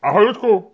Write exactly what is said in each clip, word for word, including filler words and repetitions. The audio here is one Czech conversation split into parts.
Ahoj, Ludku.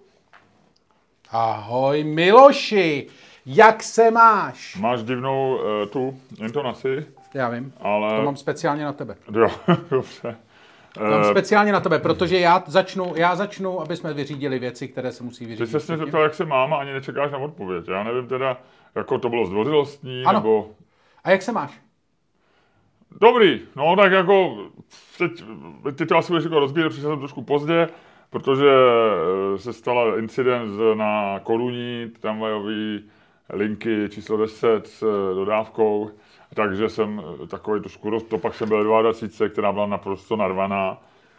Ahoj, Miloši. Jak se máš? Máš divnou uh, tu intonaci. Já vím, ale... to mám speciálně na tebe. Jo, dobře. To mám speciálně na tebe, protože já začnu, já začnu, aby jsme vyřídili věci, které se musí vyřídit. Ty se mě zeptal, jak se mám, a ani nečekáš na odpověď. Já nevím teda, jako to bylo zdvořilostní, ano. nebo... A jak se máš? Dobrý, no tak jako, teď, ty to asi budeš jako rozbírat, přišel jsem trošku pozdě, protože se stala incident na Koruní, tramvajový linky číslo deset s dodávkou, takže jsem takový trošku roz... To pak jsem byl dvacet dva, která byla naprosto narvaná.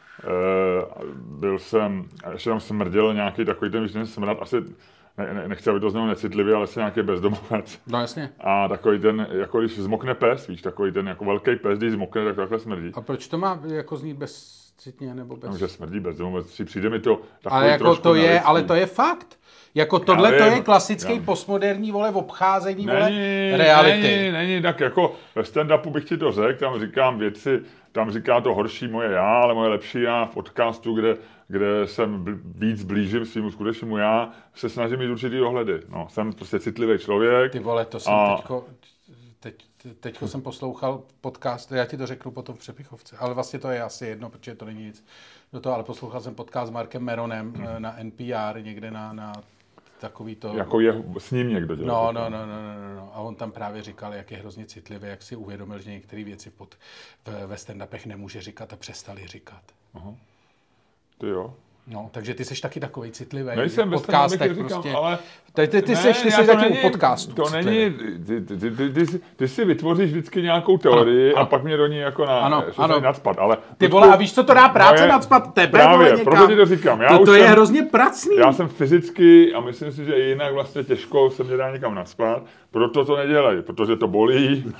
E, byl jsem, ještě tam smrděl nějaký takový ten, ten smrad, asi ne, ne, nechci, aby to znělo necitlivě, ale se nějaký bezdomovec. No jasně. A takový ten, jako když zmokne pes, víš, takový ten jako velký pes, když zmokne, tak takhle smrdí. A proč to má jako znít bezcitně nebo bez... No, že smrdí bezdomovec, přijde mi to takový ale jako to je, ale to je fakt. Jako tohle to je klasický já... postmoderní, vole, obcházení, není, vole, reality. Není, není, tak jako ve stand-upu bych ti to řekl, tam říkám věci, tam říká to horší moje já, ale moje lepší já v podcastu, kde, kde jsem bl- víc blížím svýmu skutečnému já, se snažím mít určitý ohledy. No, jsem prostě citlivý člověk. Ty vole, to jsem a... teďko, teď, teďko jsem poslouchal podcast, já ti to řeknu potom v přepichovce, ale vlastně to je asi jedno, protože to není nic do toho, ale poslouchal jsem podcast s Markem Meronem hmm. na N P R, někde na, na takový to... Jako je s ním někdo dělal. No, no, no, no, no, no. A on tam právě říkal, jak je hrozně citlivý, jak si uvědomil, že některé věci pod, v, ve stand-upech nemůže říkat a přestali říkat. Aha. Ty jo. No, takže ty jsi taky takovej citlivý. Nejsem v podcastech říkám, prostě. Ale... Ty, ty, ty ne, jsi, ty jsi zatím u podcastu. To citlivý. Není, ty, ty, ty, ty, ty, ty si vytvoříš vždycky nějakou teorii ano, a ano. pak mě do ní jako na, ano, ano. nadspat. Ale ty vole, a víš, co to dá práce no je, nadspat tebe? Právě, vole, proto ti to říkám. Já to už to je jsem, hrozně pracný. Já jsem fyzicky a myslím si, že jinak vlastně těžko se mě dá někam nadspat. Proto to nedělají, protože to bolí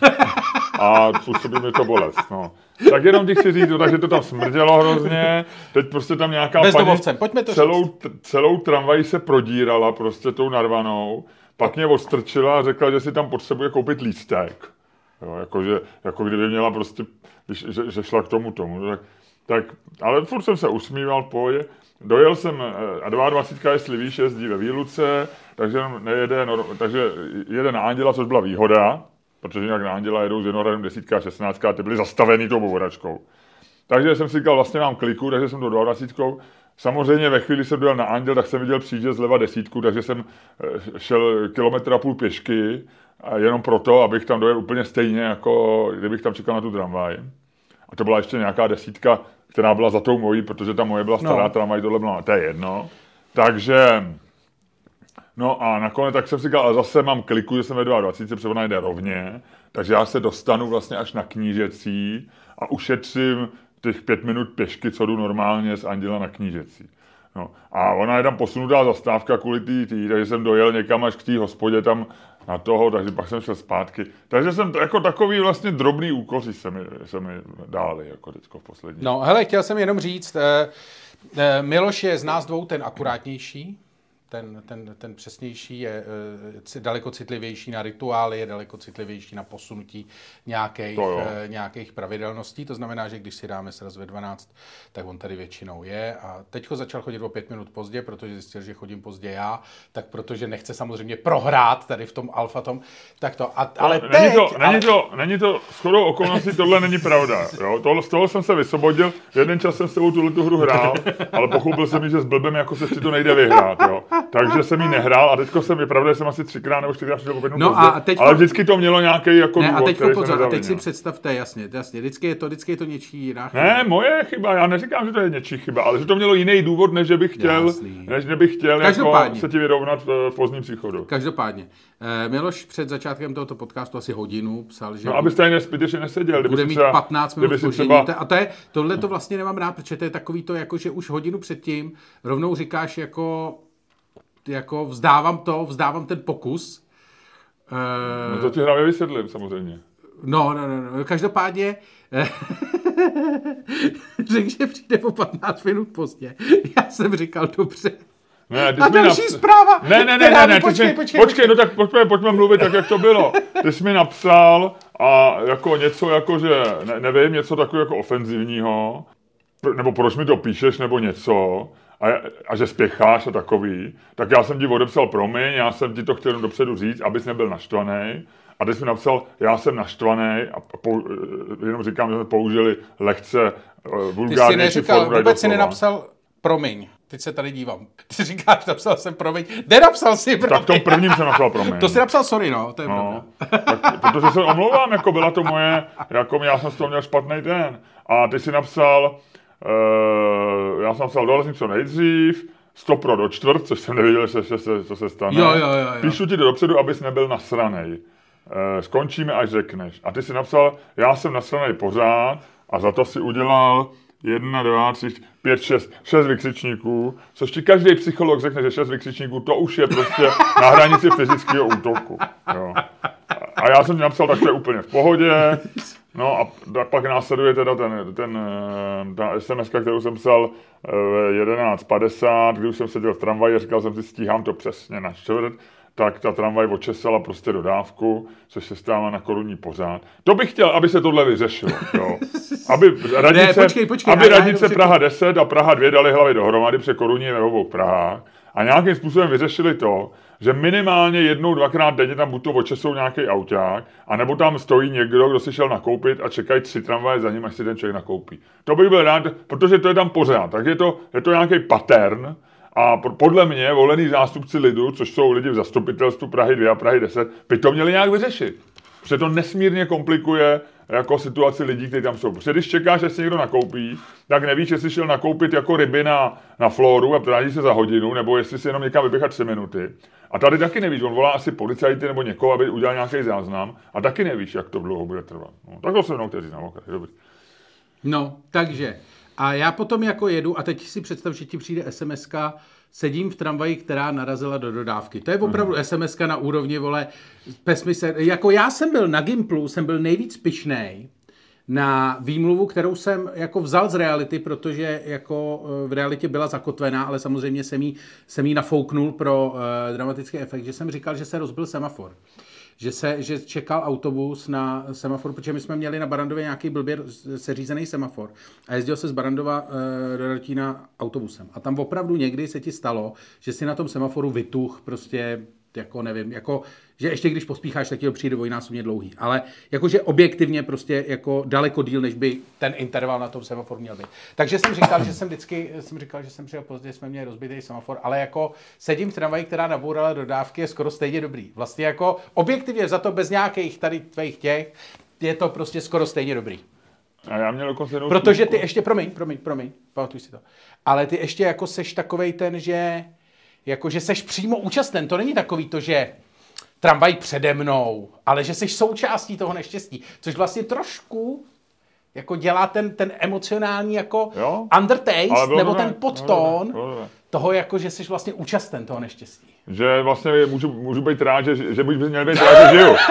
a působí mi to bolest. No. Tak jenom ti chci říct, no, takže to tam smrdělo hrozně, teď prostě tam nějaká paní celou, celou tramvaj se prodírala prostě tou narvanou, pak mě odstrčila a řekla, že si tam potřebuje koupit lístek. Jo, jakože, jako kdyby měla prostě, že, že šla k tomu tomu. Tak, tak, ale furt jsem se usmíval v pohodě. Dojel jsem, a dvacet dva, jestli víš, jezdí ve výluce, takže nejede, takže jede na Anděla, což byla výhoda, protože jinak na Anděla jedou s Vinohradem desítka a šestnáctka a ty byly zastavený tou bovoračkou. Takže jsem si říkal, vlastně mám kliku, takže jsem do dvacet dva. Samozřejmě ve chvíli jsem dojel na Anděl, tak jsem viděl přijít zleva desítku, takže jsem šel kilometr a půl pěšky, a jenom proto, abych tam dojel úplně stejně, jako kdybych tam čekal na tu tramvaj. A to byla ještě nějaká desítka, která byla za tou mojí, protože ta moje byla stará no. tramvaj, tohle byla, to je jedno. Takže, no a nakonec tak jsem si říkal, ale zase mám kliku, že jsem ve dvacet dva, protože ona jde rovně, takže já se dostanu vlastně až na Knížecí a ušetřím těch pět minut pěšky, co jdu normálně z Anděla na Knížecí. No. A ona je tam posunutá zastávka kvůli tý, tý, takže jsem dojel někam až k té hospodě tam na toho, takže pak jsem šel zpátky. Takže jsem to, jako takový vlastně drobný úkoři se mi, se mi dáli jako teďko v poslední. No hele, chtěl jsem jenom říct, eh, eh, Miloš je z nás dvou ten akurátnější, ten, ten, ten přesnější je e, daleko citlivější na rituály, je daleko citlivější na posunutí nějakých, e, nějakých pravidelností. To znamená, že když si dáme sraz ve dvanáct, tak on tady většinou je. A teďko začal chodit o pět minut pozdě, protože zjistil, že chodím pozdě já, tak protože nechce samozřejmě prohrát tady v tom alfa tom. Tak to, a, ale no, teď, není, to, ale... není, to, není to shodou okolností, tohle není pravda. Jo? Tohle, z toho jsem se vysvobodil, jeden čas jsem s tebou tuhletu hru hrál, ale pochopil jsem, že s blbem jako se si to nejde vyhrát. Jo? Takže jsem jí nehrál a teďko jsem, je pravda, že jsem asi třikrát nebo čtyřikrát přišel po no pozdě, teďko... ale vždycky to mělo nějaký jako ne, důvod, a teďko pozor, a teď no. si představte, jasně, jasně, vždycky je to, vždycky je to něčí jiná chyba. Ne, moje chyba, já neříkám, že to je něčí chyba, ale že to mělo jiný důvod, než že bych chtěl, Jasný. než bych chtěl jako se ti vyrovnat v, v pozdním příchodu. Každopádně. Eh, Miloš před začátkem tohoto podcastu asi hodinu psal, že... No, abyste tady zbytečně neseděl. Bude mít třeba, patnáct minut spoždění. Třeba... A to je, tohle to vlastně nemám rád, protože to je takový to, jako, že už hodinu předtím rovnou říkáš jako... jako vzdávám to, vzdávám ten pokus. No to ti hravě vysvětlím, samozřejmě. No, no, no, no. Každopádně řekl, že přijde po patnáct minut pozdě. Já jsem říkal, dobře. Ne, a další naps... zpráva. Ne, ne, ne, ne, ne, počkej, jsi... počkej, počkej, no tak pojďme, pojďme mluvit tak, jak to bylo. Ty jsi mi napsal a jako něco jako, že ne, nevím, něco takového jako ofenzivního, nebo proč mi to píšeš, nebo něco. a, a že spěcháš a takový, tak já jsem ti odepsal promiň, já jsem ti to chtěl dopředu říct, abys nebyl naštvaný. A teď mi napsal, já jsem naštvaný a pou, jenom říkám, že jsme použili lehce vulgárnější neříkal, formu. Vůbec si nenapsal promiň. Teď se tady dívám. Ty říkáš, napsal jsem promiň. Nenapsal si promiň. Tak v tom prvním jsem napsal promiň. To si napsal sorry, no. To je no. Tak, protože se omlouvám, jako byla to moje, jako já jsem z toho měl špatný den. A ty si napsal, uh, já jsem napsal, dolezím co nejdřív, stopro do čtvrt, což jsem nevěděl, že se, se, co se stane. Jo, jo, jo, jo. Píšu ti to dopředu, abys nebyl nasranej. Uh, skončíme, až řekneš. A ty si napsal, já jsem nasranej pořád a za to si udělal jedna, dva, tři, pět, šest, šest vykřičníků, což ti každý psycholog řekne, že šest vykřičníků, to už je prostě na hranici fyzického útoku. Jo. A já jsem ti napsal, tak to je úplně v pohodě. No a pak následuje teda ten, ten, ta es em eska, kterou jsem psal v jedenáct padesát, kdy už jsem seděl v tramvaji a říkal jsem si, stíhám to přesně na čtvrt, tak ta tramvaj očesala prostě dodávku, což se stává na korunní pořád. To bych chtěl, aby se tohle vyřešilo. Jo. Aby radnice, ne, počkej, počkej, aby já, radnice já, já, Praha deset a Praha dva dali hlavy dohromady, protože koruní je ve obou Prahách. A nějakým způsobem vyřešili to, že minimálně jednou, dvakrát denně tam buď to očesou nějaký auták, anebo tam stojí někdo, kdo si šel nakoupit a čekají tři tramvaje za ním, až si ten člověk nakoupí. To bych byl rád, protože to je tam pořád. Tak je to, je to nějaký pattern. A podle mě volený zástupci lidu, což jsou lidi v zastupitelstvu Prahy dva a Prahy deset, by to měli nějak vyřešit. Protože to nesmírně komplikuje jako situaci lidí, kteří tam jsou. Protože když čekáš, že si někdo nakoupí, tak nevíš, jestli šel nakoupit jako ryby na, na Floru a vrátí se za hodinu, nebo jestli si jenom někam vyběhat tři minuty. A tady taky nevíš, on volá asi policajty nebo někoho, aby udělal nějaký záznam a taky nevíš, jak to dlouho bude trvat. No, tak to se mnou chtěl říct na okraj. Dobrý. No, takže... A já potom jako jedu a teď si představ, že ti přijde es em eska, sedím v tramvaji, která narazila do dodávky. To je opravdu es em eska na úrovni, vole, pesmise. Jako já jsem byl na Gimplu, jsem byl nejvíc pyšnej na výmluvu, kterou jsem jako vzal z reality, protože jako v realitě byla zakotvená, ale samozřejmě jsem jí, jsem jí nafouknul pro uh, dramatický efekt, že jsem říkal, že se rozbil semafor. Že, se, že čekal autobus na semafor, protože my jsme měli na Barrandově nějaký blbě seřízený semafor a jezdil se z Barrandova e, do Ratína autobusem. A tam opravdu někdy se ti stalo, že si na tom semaforu vytuch prostě, jako nevím, jako, že ještě když pospícháš, tak ti to přijde dvojnásobně dlouhý. Ale jakože objektivně prostě jako daleko díl, než by ten interval na tom semaforu měl být. Takže jsem říkal, že jsem vždycky, jsem říkal, že jsem přijel pozdě, jsme měli rozbitý semafor, ale jako sedím v tramvaji, která nabourala dodávky, je skoro stejně dobrý. Vlastně jako objektivně za to bez nějakých tady tvých těch, je to prostě skoro stejně dobrý. A já měl dokonce jednou Protože ty ještě, promiň, promiň, promiň, pamatuj si to. Ale ty ještě jako seš takovej ten, že jako, že seš přímo účasten. To není takový to, že tramvaj přede mnou, ale že seš součástí toho neštěstí. Což vlastně trošku jako dělá ten, ten emocionální jako jo? undertaste, nebo ten podtón bylo bylo toho, jako, že seš vlastně účasten toho neštěstí. Že vlastně můžu, můžu být rád, že, že bych měl být rád, že žiju.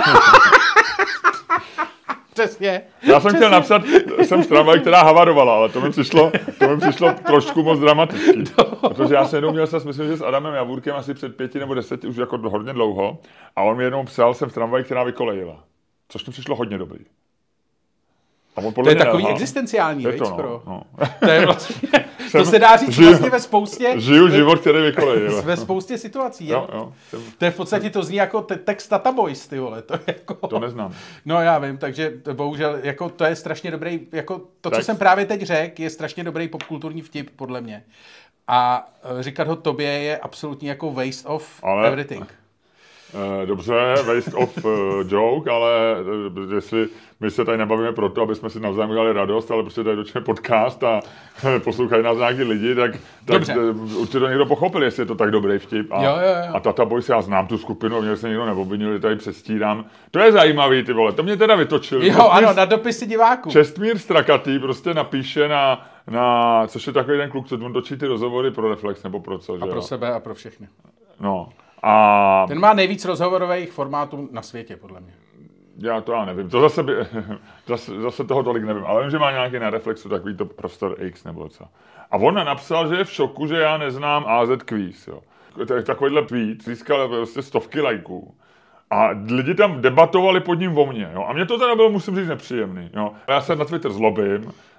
Přesně. Já jsem chtěl napsat, jsem z tramvaj, která havarovala, ale to mi přišlo, to mi přišlo trošku moc dramaticky. Protože já jsem jednou měl, myslím, že s Adamem Javůrkem asi před pěti nebo deseti, už jako hodně dlouho, a on mi jednou psal, jsem v tramvaji, která vykolejila. Což mi přišlo hodně dobrý. A on podle to je mě takový nelhal. existenciální, je to, skoro. no, no. To je vlastně, to se dá říct žiju, vlastně ve spoustě... Žiju život, který vykolejil. Ve spoustě situací. Jo, jo, jsem... To je v podstatě, to zní jako te- text Tata Boys, ty vole. To, je jako... to neznám. No já vím, takže bohužel, jako to je strašně dobrý, jako to, tak. co jsem právě teď řekl, je strašně dobrý popkulturní vtip, podle mě. A říkat ho tobě je absolutně jako waste of ale... everything. Dobře, waste of joke, ale jestli my se tady nebavíme proto, aby jsme si navzájem udělali radost, ale prostě tady dočíme podcast a poslouchají nás nějaký lidi, tak, tak určitě to někdo pochopil, jestli je to tak dobrý vtip. A, jo, jo, jo. a Tata Boys, já znám tu skupinu, a mě se někdo neobvinil, že tady předstírám. To je zajímavý, ty vole, to mě teda vytočil. Jo, Čestmír, ano, na dopisy diváků. Čestmír Strakatý prostě napíše na, na, což je takový ten kluk, co on točí ty rozhovory pro Reflex nebo pro co, A že pro jo? sebe a pro všechny. No. A... Ten má nejvíc rozhovorových formátů na světě, podle mě. Já to já nevím, to zase, by, zase, zase toho tolik nevím, ale vím, že má nějaký na Reflexu takový to Prostor X nebo co. A on napsal, že je v šoku, že já neznám á zet Quiz, jo. Takovýhle tweet získal prostě stovky lajků. A lidi tam debatovali pod ním o mně, jo. A mě to teda bylo, musím říct, nepříjemný, jo. Já se na Twitter zlobím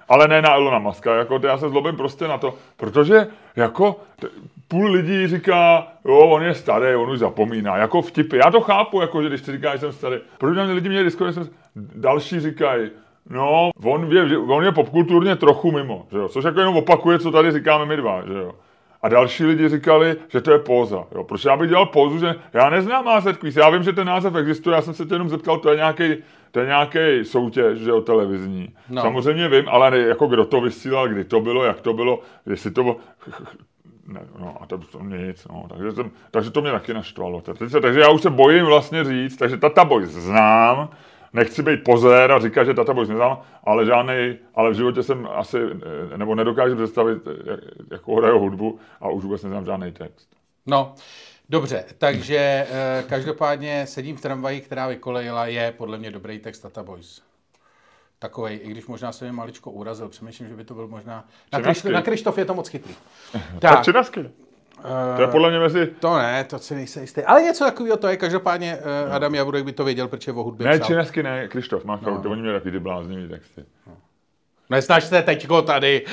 Ale ne na Elona Muska, jako já se zlobím prostě na to, protože jako t- půl lidí říká, jo, on je starý, on už zapomíná, jako vtipy. Já to chápu, jako, že když ty říkáš, že jsem starý. Protože na mě lidi měli diskuzi, jsem, další říkají, no, on je, on je popkulturně trochu mimo, že jo, což jako jenom opakuje, co tady říkáme my dva, že jo. A další lidi říkali, že to je póza, jo, protože já bych dělal pózu, že já neznám název kvíz, já vím, že ten název existuje, já jsem se tě jenom zeptal, to je nějaký To je nějaký soutěž, že jo, televizní. No. Samozřejmě vím, ale ne, jako kdo to vysílal, kdy to bylo, jak to bylo, jestli to bylo... Ne, no a to, to nic, no, takže, jsem, takže to mě taky naštvalo. Takže, takže já už se bojím vlastně říct, takže Tata Boys znám, nechci být pozér a říkat, že Tata Boys neznám, ale žádnej, ale v životě jsem asi, nebo nedokážu představit, jakou hrajou hudbu a už vůbec neznám žádný text. No, dobře, takže eh, každopádně Sedím v tramvaji, která vykolejila, je podle mě dobrý text Tata Boys. Takovej, i když možná se mě maličko urazil, přemýšlím, že by to byl možná... Na, Krištof, na Krištof je to moc chytrý. Tak, tak Činasky. Uh, to je podle mě mezi... To ne, to si nejsem jistý. Ale něco takového to je, každopádně uh, Adam Javorek by to věděl, protože o hudbě Ne, psal. Činasky ne, Krištof, máš pravdu, no. Oni měli takový ty bláznivý texty. No. Nesnažte teďko tady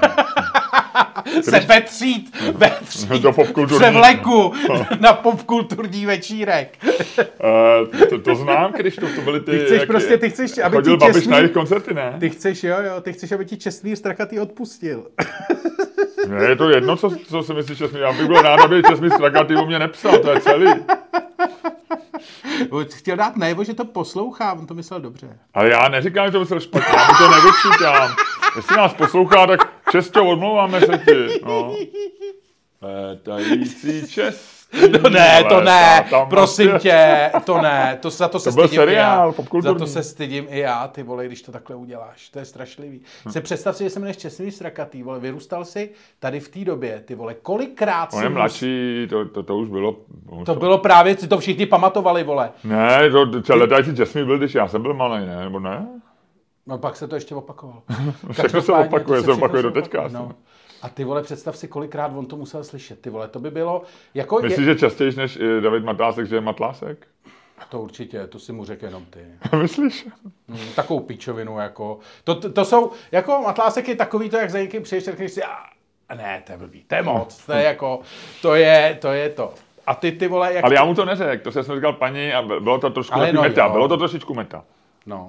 se vetřít, vetřít do popkulturní. převleku na popkulturní večírek. uh, to, to znám, Krištof, to byly ty... Ty chceš jak, prostě, ty chceš, aby chodil ti Babiš Čestmír... na jejich koncerty, ne? Ty chceš, jo, jo, ty chceš, aby ti Čestmír Strakatý odpustil. Ne, je to jedno, co, co si myslíš Čestmír. Já bych byl rád, aby Čestmír Strakatý o mě nepsal, to je celý. Chtěl dát najevo, že to poslouchá, on to myslel dobře. Ale já neříkám, že to myslel špatně, já mu to nevyčítám. Jestli nás poslouchá, tak Često, odmlouváme se ti. No. Létající Čest. No ne, to ne, prosím tě, to ne, to, za to se to byl stydím seriál, i já. Za to se stydím i já, ty vole, když to takhle uděláš, to je strašlivý. Hm. Se představ si, že se jmenuješ Čestmír Strakatý, vole, vyrůstal si tady v té době, ty vole, kolikrát si... On je mladší, to, to, to už bylo... To, to bylo právě, si to všichni pamatovali, vole. Ne, to, to Létající Čestmír byl, když já jsem byl malý, ne, nebo ne? No pak se to ještě opakovalo. Všechno se opakuje, se opakuje do teďka. No. A ty vole, představ si, kolikrát on to musel slyšet. Ty vole, to by bylo... Jako Myslíš, je... že častěji než David Matlásek, že je Matlásek? To určitě, to si mu řekl jenom ty. Myslíš? Hmm, takovou pičovinu, jako... To, to, to jsou... Jako Matlásek je takový to, jak za někým přijdeš, řekneš si... A ne, to je blbý, to je moc, to je jako... To je to. Je to. A ty, ty vole... Jak ale ty... já mu to neřekl, to jsem říkal paní a bylo to trošku no, meta, jo. Bylo to trošičku meta. No.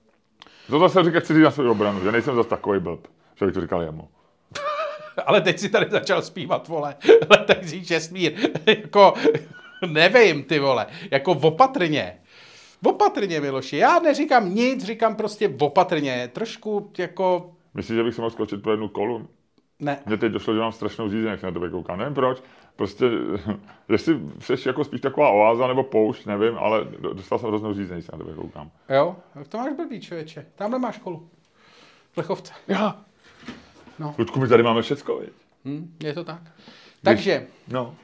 To zase říká, chci říct na svou obranu, že nejsem zase takový blb, že bych to říkal jemu. Ale teď si tady začal zpívat, vole, Létající Čestmír, jako, nevím, ty vole, jako opatrně, opatrně, Miloši, já neříkám nic, říkám prostě opatrně, trošku, jako... Myslíš, že bych se mohl skočit pro jednu kolu? Ne. Mně teď došlo, že mám strašnou žízeň, jak se na tebe koukám, nevím proč, prostě, jestli jsi jako spíš taková oáza nebo poušť, nevím, ale dostal jsem hroznou žízeň, když se na tebe koukám. Jo, tak to máš blbý, člověče, tamhle máš kolu, v Lechovce. Já. No. Ludku, my tady máme všecko, viď? Hmm, je to tak. Takže, no. uh,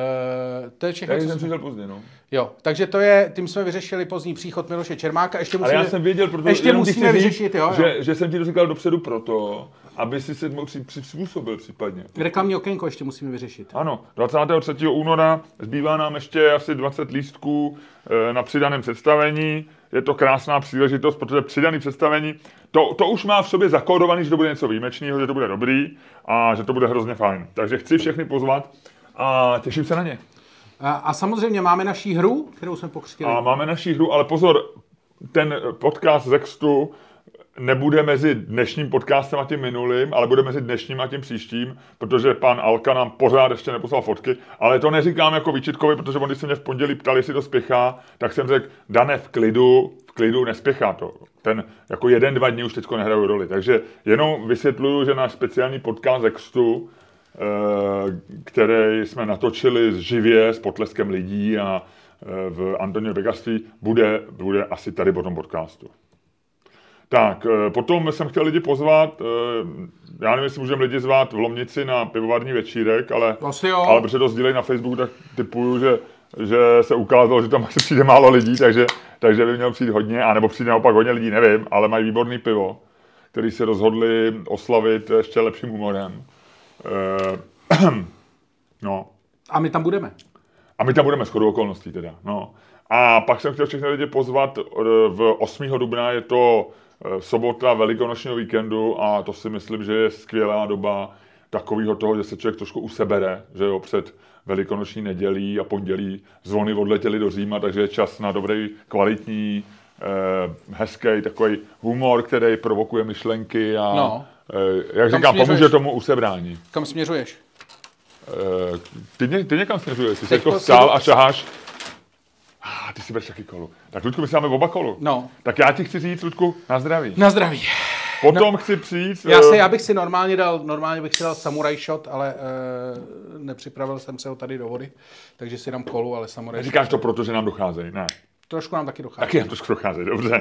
to je všechno, já co jsem jsme... přišel pozdě, no. Jo, takže to je, tím jsme vyřešili pozdní příchod Miloše Čermáka. Ještě musíme, ale já jsem věděl, protože ještě musíme vyřešit, jo, jo. Že, že jsem ti to říkal dopředu proto, aby si se mohl přizpůsobil případně. Reklamní okénko ještě musíme vyřešit. Ano, dvacátého třetího února zbývá nám ještě asi dvacet lístků e, na přidaném představení. Je to krásná příležitost, protože přidané představení, to, to už má v sobě zakódovaný, že to bude něco výjimečného, že to bude dobrý a že to bude hrozně fajn. Takže chci všechny pozvat a těším se na ně. A, a samozřejmě máme naší hru, kterou jsme pokřtili. A máme naší hru, ale pozor, ten podcast Zextu nebude mezi dnešním podcastem a tím minulým, ale bude mezi dnešním a tím příštím, protože pan Alka nám pořád ještě neposlal fotky, ale to neříkám jako výčitkovi, protože on, když se mě v pondělí ptali, jestli to spěchá, tak jsem řekl, Dane, v klidu, v klidu nespěchá to. Ten jako jeden, dva dny už teďko nehrajou roli. Takže jenom vysvětluju, že náš speciální podcast Zextu, který jsme natočili živě s potleskem lidí a v Antonio Begaství, bude, bude asi tady po tom podcastu. Tak, potom jsem chtěl lidi pozvat, já nevím, jestli můžeme lidi zvát v Lomnici na pivovarní večírek, ale, ale protože to sdílej na Facebooku, tak typuju, že, že se ukázalo, že tam asi přijde málo lidí, takže, takže by mělo přijít hodně, anebo přijde naopak hodně lidí, nevím, ale mají výborný pivo, který se rozhodli oslavit ještě lepším humorem. No. A my tam budeme. A my tam budeme shodou okolností teda, no. A pak jsem chtěl všechny lidi pozvat, v osmého dubna je to sobota velikonočního víkendu a to si myslím, že je skvělá doba takového toho, že se člověk trošku usebere, že jo, před velikonoční nedělí a pondělí zvony odletěly do Říma, takže je čas na dobrý, kvalitní, eh, hezký takový humor, který provokuje myšlenky a, no. eh, jak Kam říkám, směřuješ? Pomůže tomu usebrání. Kam směřuješ? Eh, ty, ně, ty někam směřuješ, ty jsi jako stál a šaháš. Ah, ty si bereš taky kolu. Tak, Ludku, my si máme oba kolu. No. Tak já ti chci říct, Ludku, na zdraví. Na zdraví. Potom no. chci přijít... Já, se, já bych si normálně dal, normálně bych si dal samurai shot, ale uh, nepřipravil jsem se ho tady do vody, takže si dám kolu, ale samurai shot. Říkáš to proto, že nám docházejí, ne? Trošku nám taky dochází. Taky nám trošku docházejí, dobře.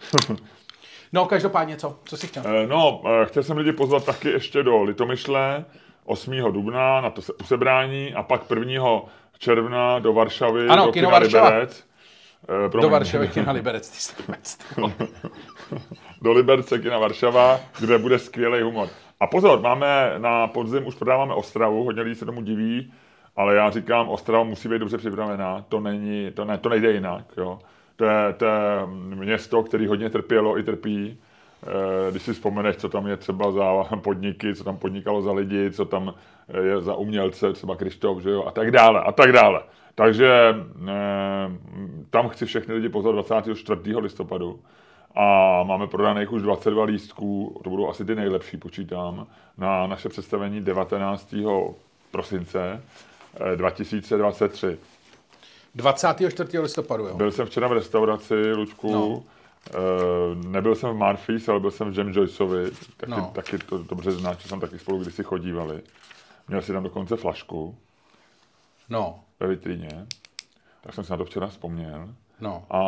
No, každopádně co? Co jsi chtěl? No, chtěl jsem lidi pozvat taky ještě do Litomyšle osmého dubna na to usebrání a pak prvního června do Varšavy, ano, do kino kina Varšava. Liberec. Eh, do Varšavy, kina Liberec, ty slavec. Do Liberce, kina Varšava, kde bude skvělý humor. A pozor, máme na podzim, už prodáváme Ostravu, hodně lidí se tomu diví, ale já říkám, Ostrava musí být dobře připravená, to, není, to, ne, to nejde jinak, jo. To je, to je město, který hodně trpělo i trpí. Když si vzpomeneš, co tam je třeba za podniky, co tam podnikalo za lidi, co tam je za umělce, třeba Krištof, že jo, a tak dále, a tak dále. Takže eh, tam chci všechny lidi pozvat dvacátého čtvrtého listopadu a máme prodaných už dvacet dva lístků, to budou asi ty nejlepší, počítám, na naše představení devatenáctého prosince eh, dva tisíce dvacet tři. dvacátého čtvrtého listopadu, jo? Byl jsem včera v restauraci, Luďku, no. Uh, nebyl jsem v Murphys, ale byl jsem v James Joyceovi, taky, no. taky to dobře znáš, že jsem taky spolu kdysi chodívali. Měl si tam dokonce flašku no. ve vitríně, tak jsem si na to včera vzpomněl. No. A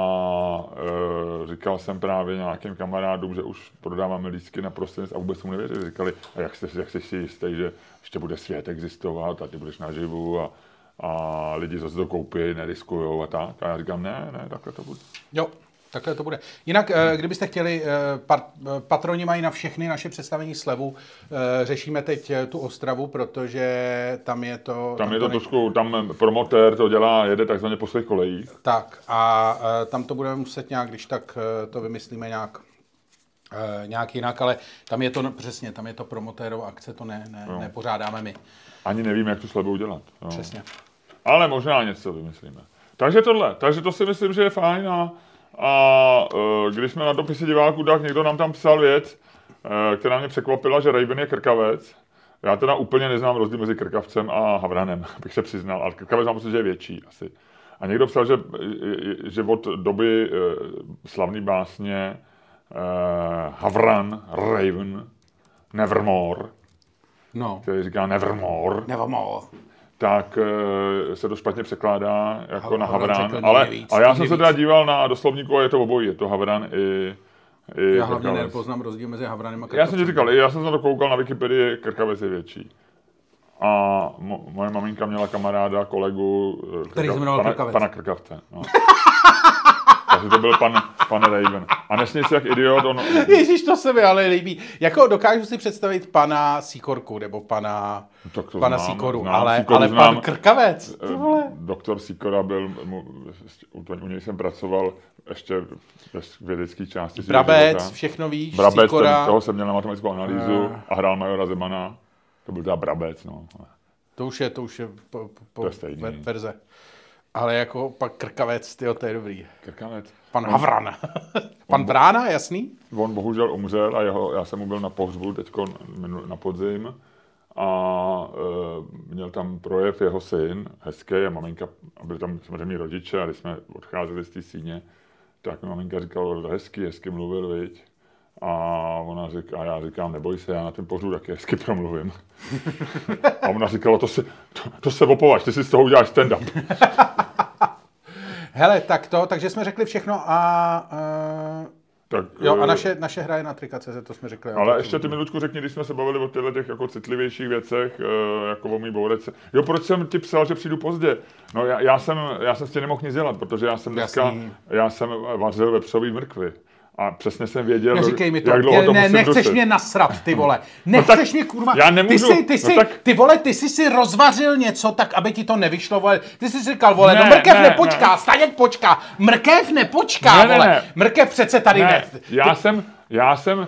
uh, říkal jsem právě nějakým kamarádům, že už prodáváme lístky na prosinec a vůbec mu nevěřili. Říkali, a jak, jste, jak jsi si jistý, že ještě bude svět existovat a ty budeš naživu a, a lidi zase to koupí, neriskujou a tak. A já říkám, ne, ne, takhle to bude. Jo. Takhle to bude. Jinak, kdybyste chtěli, patroni mají na všechny naše představení slevu. Řešíme teď tu Ostravu, protože tam je to... Tam, tam je to nej... trošku, tam promotér to dělá, jede takzvaně po svých kolejích. Tak a tam to budeme muset nějak, když tak to vymyslíme nějak, nějak jinak, ale tam je to přesně, tam je to promotérova akce, to ne, ne, no. nepořádáme my. Ani nevím, jak tu slevu udělat. No. Přesně. Ale možná něco vymyslíme. Takže tohle, takže to si myslím, že je fajn a A uh, když jsme na dopise diváků, tak někdo nám tam psal věc, uh, která mě překvapila, že Raven je krkavec. Já teda úplně neznám rozdíl mezi krkavcem a havranem, bych se přiznal, ale krkavec mám pocit, že je větší asi. A někdo psal, že, že od doby uh, slavné básně uh, Havran, Raven, Nevermore, no. který říká Nevermore, Nevermore. tak e, se to špatně překládá jako Havran, na Havran, Havran ale víc, a já jsem se teda díval na doslovníku a je to obojí, je to Havran i, i Já hlavně krkavec. nepoznám rozdíl mezi Havranem a krkavcem. Já jsem ti říkal, já jsem se to koukal na Wikipedii, krkavec je větší. A mo, moje maminka měla kamaráda, kolegu, který se jmenoval pana, Krkavec. pana Krkavce. No. Takže to byl pan, pan Raven. A nesmí si jak idiot, on... Ježíš, to se mi ale líbí. Jako dokážu si představit pana Sikorku, nebo pana, pana znám, Sikoru, znám, ale, Sikoru ale znám, pan Krkavec, ty vole. Doktor Sikora byl, u něj jsem pracoval ještě ve vědecké části. Brabec, všechno víš, Brabec, Sikora. Ten, toho jsem měl na matematickou analýzu uh. a hrál majora Zemana. To byl teda Brabec, no. To už je, to už je po, po, to je stejný. verze. Ale jako pan Krkavec, tyjo, to je dobrý. Krkavec. Pan on, Havran. Pan Brána, jasný? On bohužel umřel a jeho, já jsem mu byl na pohřbu teďko na podzim a e, měl tam projev jeho syn, hezký, a maminka, a byli tam samozřejmě rodiče a když jsme odcházeli z té síně, tak mi maminka říkala, hezky, hezky mluvil, viď? A ona říká, a já říkám, neboj se, já na tom pohřbu taky hezky promluvím. A ona říkala, to se, to, to se opovaž, ty si z toho uděláš stand-up. Hele, tak to, takže jsme řekli všechno a... Uh, tak, jo, a naše, naše hra je na trika tečka cé zet, to jsme řekli. Ale ještě ty minutku řekni, když jsme se bavili o těchto těch jako citlivějších věcech, jako o mý bourece. Jo, proč jsem ti psal, že přijdu pozdě? No já, já jsem, já jsem s tím nemohl nic dělat, protože já jsem dneska, já jsem vařil vepřový mrkvy. A přesně jsem věděl, Neříkej mi to. jak dlouho to ne, musím nechceš dusit. mě nasrat, ty vole. Nechceš no tak, mě, kurva. Já nemůžu. Ty, jsi, ty, jsi, no tak... ty vole, ty jsi si rozvařil něco tak, aby ti to nevyšlo, vole. Ty jsi říkal, vole, ne, no mrkev ne, nepočká, ne. Staněk počká. Mrkev nepočká, ne, ne, vole. Ne. Mrkev přece tady ne. ne. Já ty... jsem, já jsem,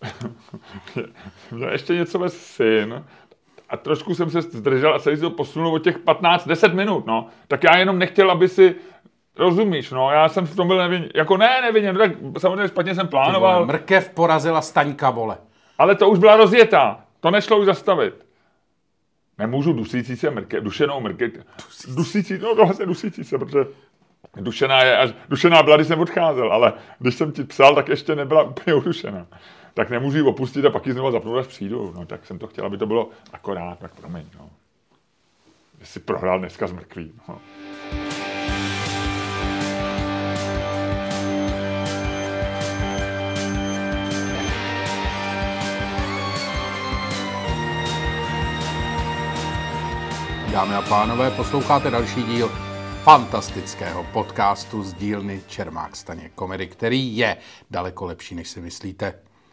měl ještě něco ve syn a trošku jsem se zdržel a celý se to posunul o těch patnáct deset minut, no. Tak já jenom nechtěl, aby si... Rozumíš, no, já jsem v tom byl nevinně, jako ne nevinně, no tak samozřejmě špatně jsem plánoval. Vole, mrkev porazila Staňka, vole. Ale to už byla rozjetá, to nešlo už zastavit. Nemůžu dusící se mrkev, dušenou mrkev, dusící, no to vlastně dusící se, protože dušená je, až dušená byla, když jsem odcházel, ale když jsem ti psal, tak ještě nebyla úplně udušená. Tak nemůžu ji opustit a pak ji znovu zapnout, až přijdu, no tak jsem to chtěl, aby to bylo akorát, tak promiň, no. Že jsi prohrál dneska s mrkví, no. Dámy a pánové, posloucháte další díl fantastického podcastu z dílny Čermák Staněk Komedy, který je daleko lepší, než si myslíte.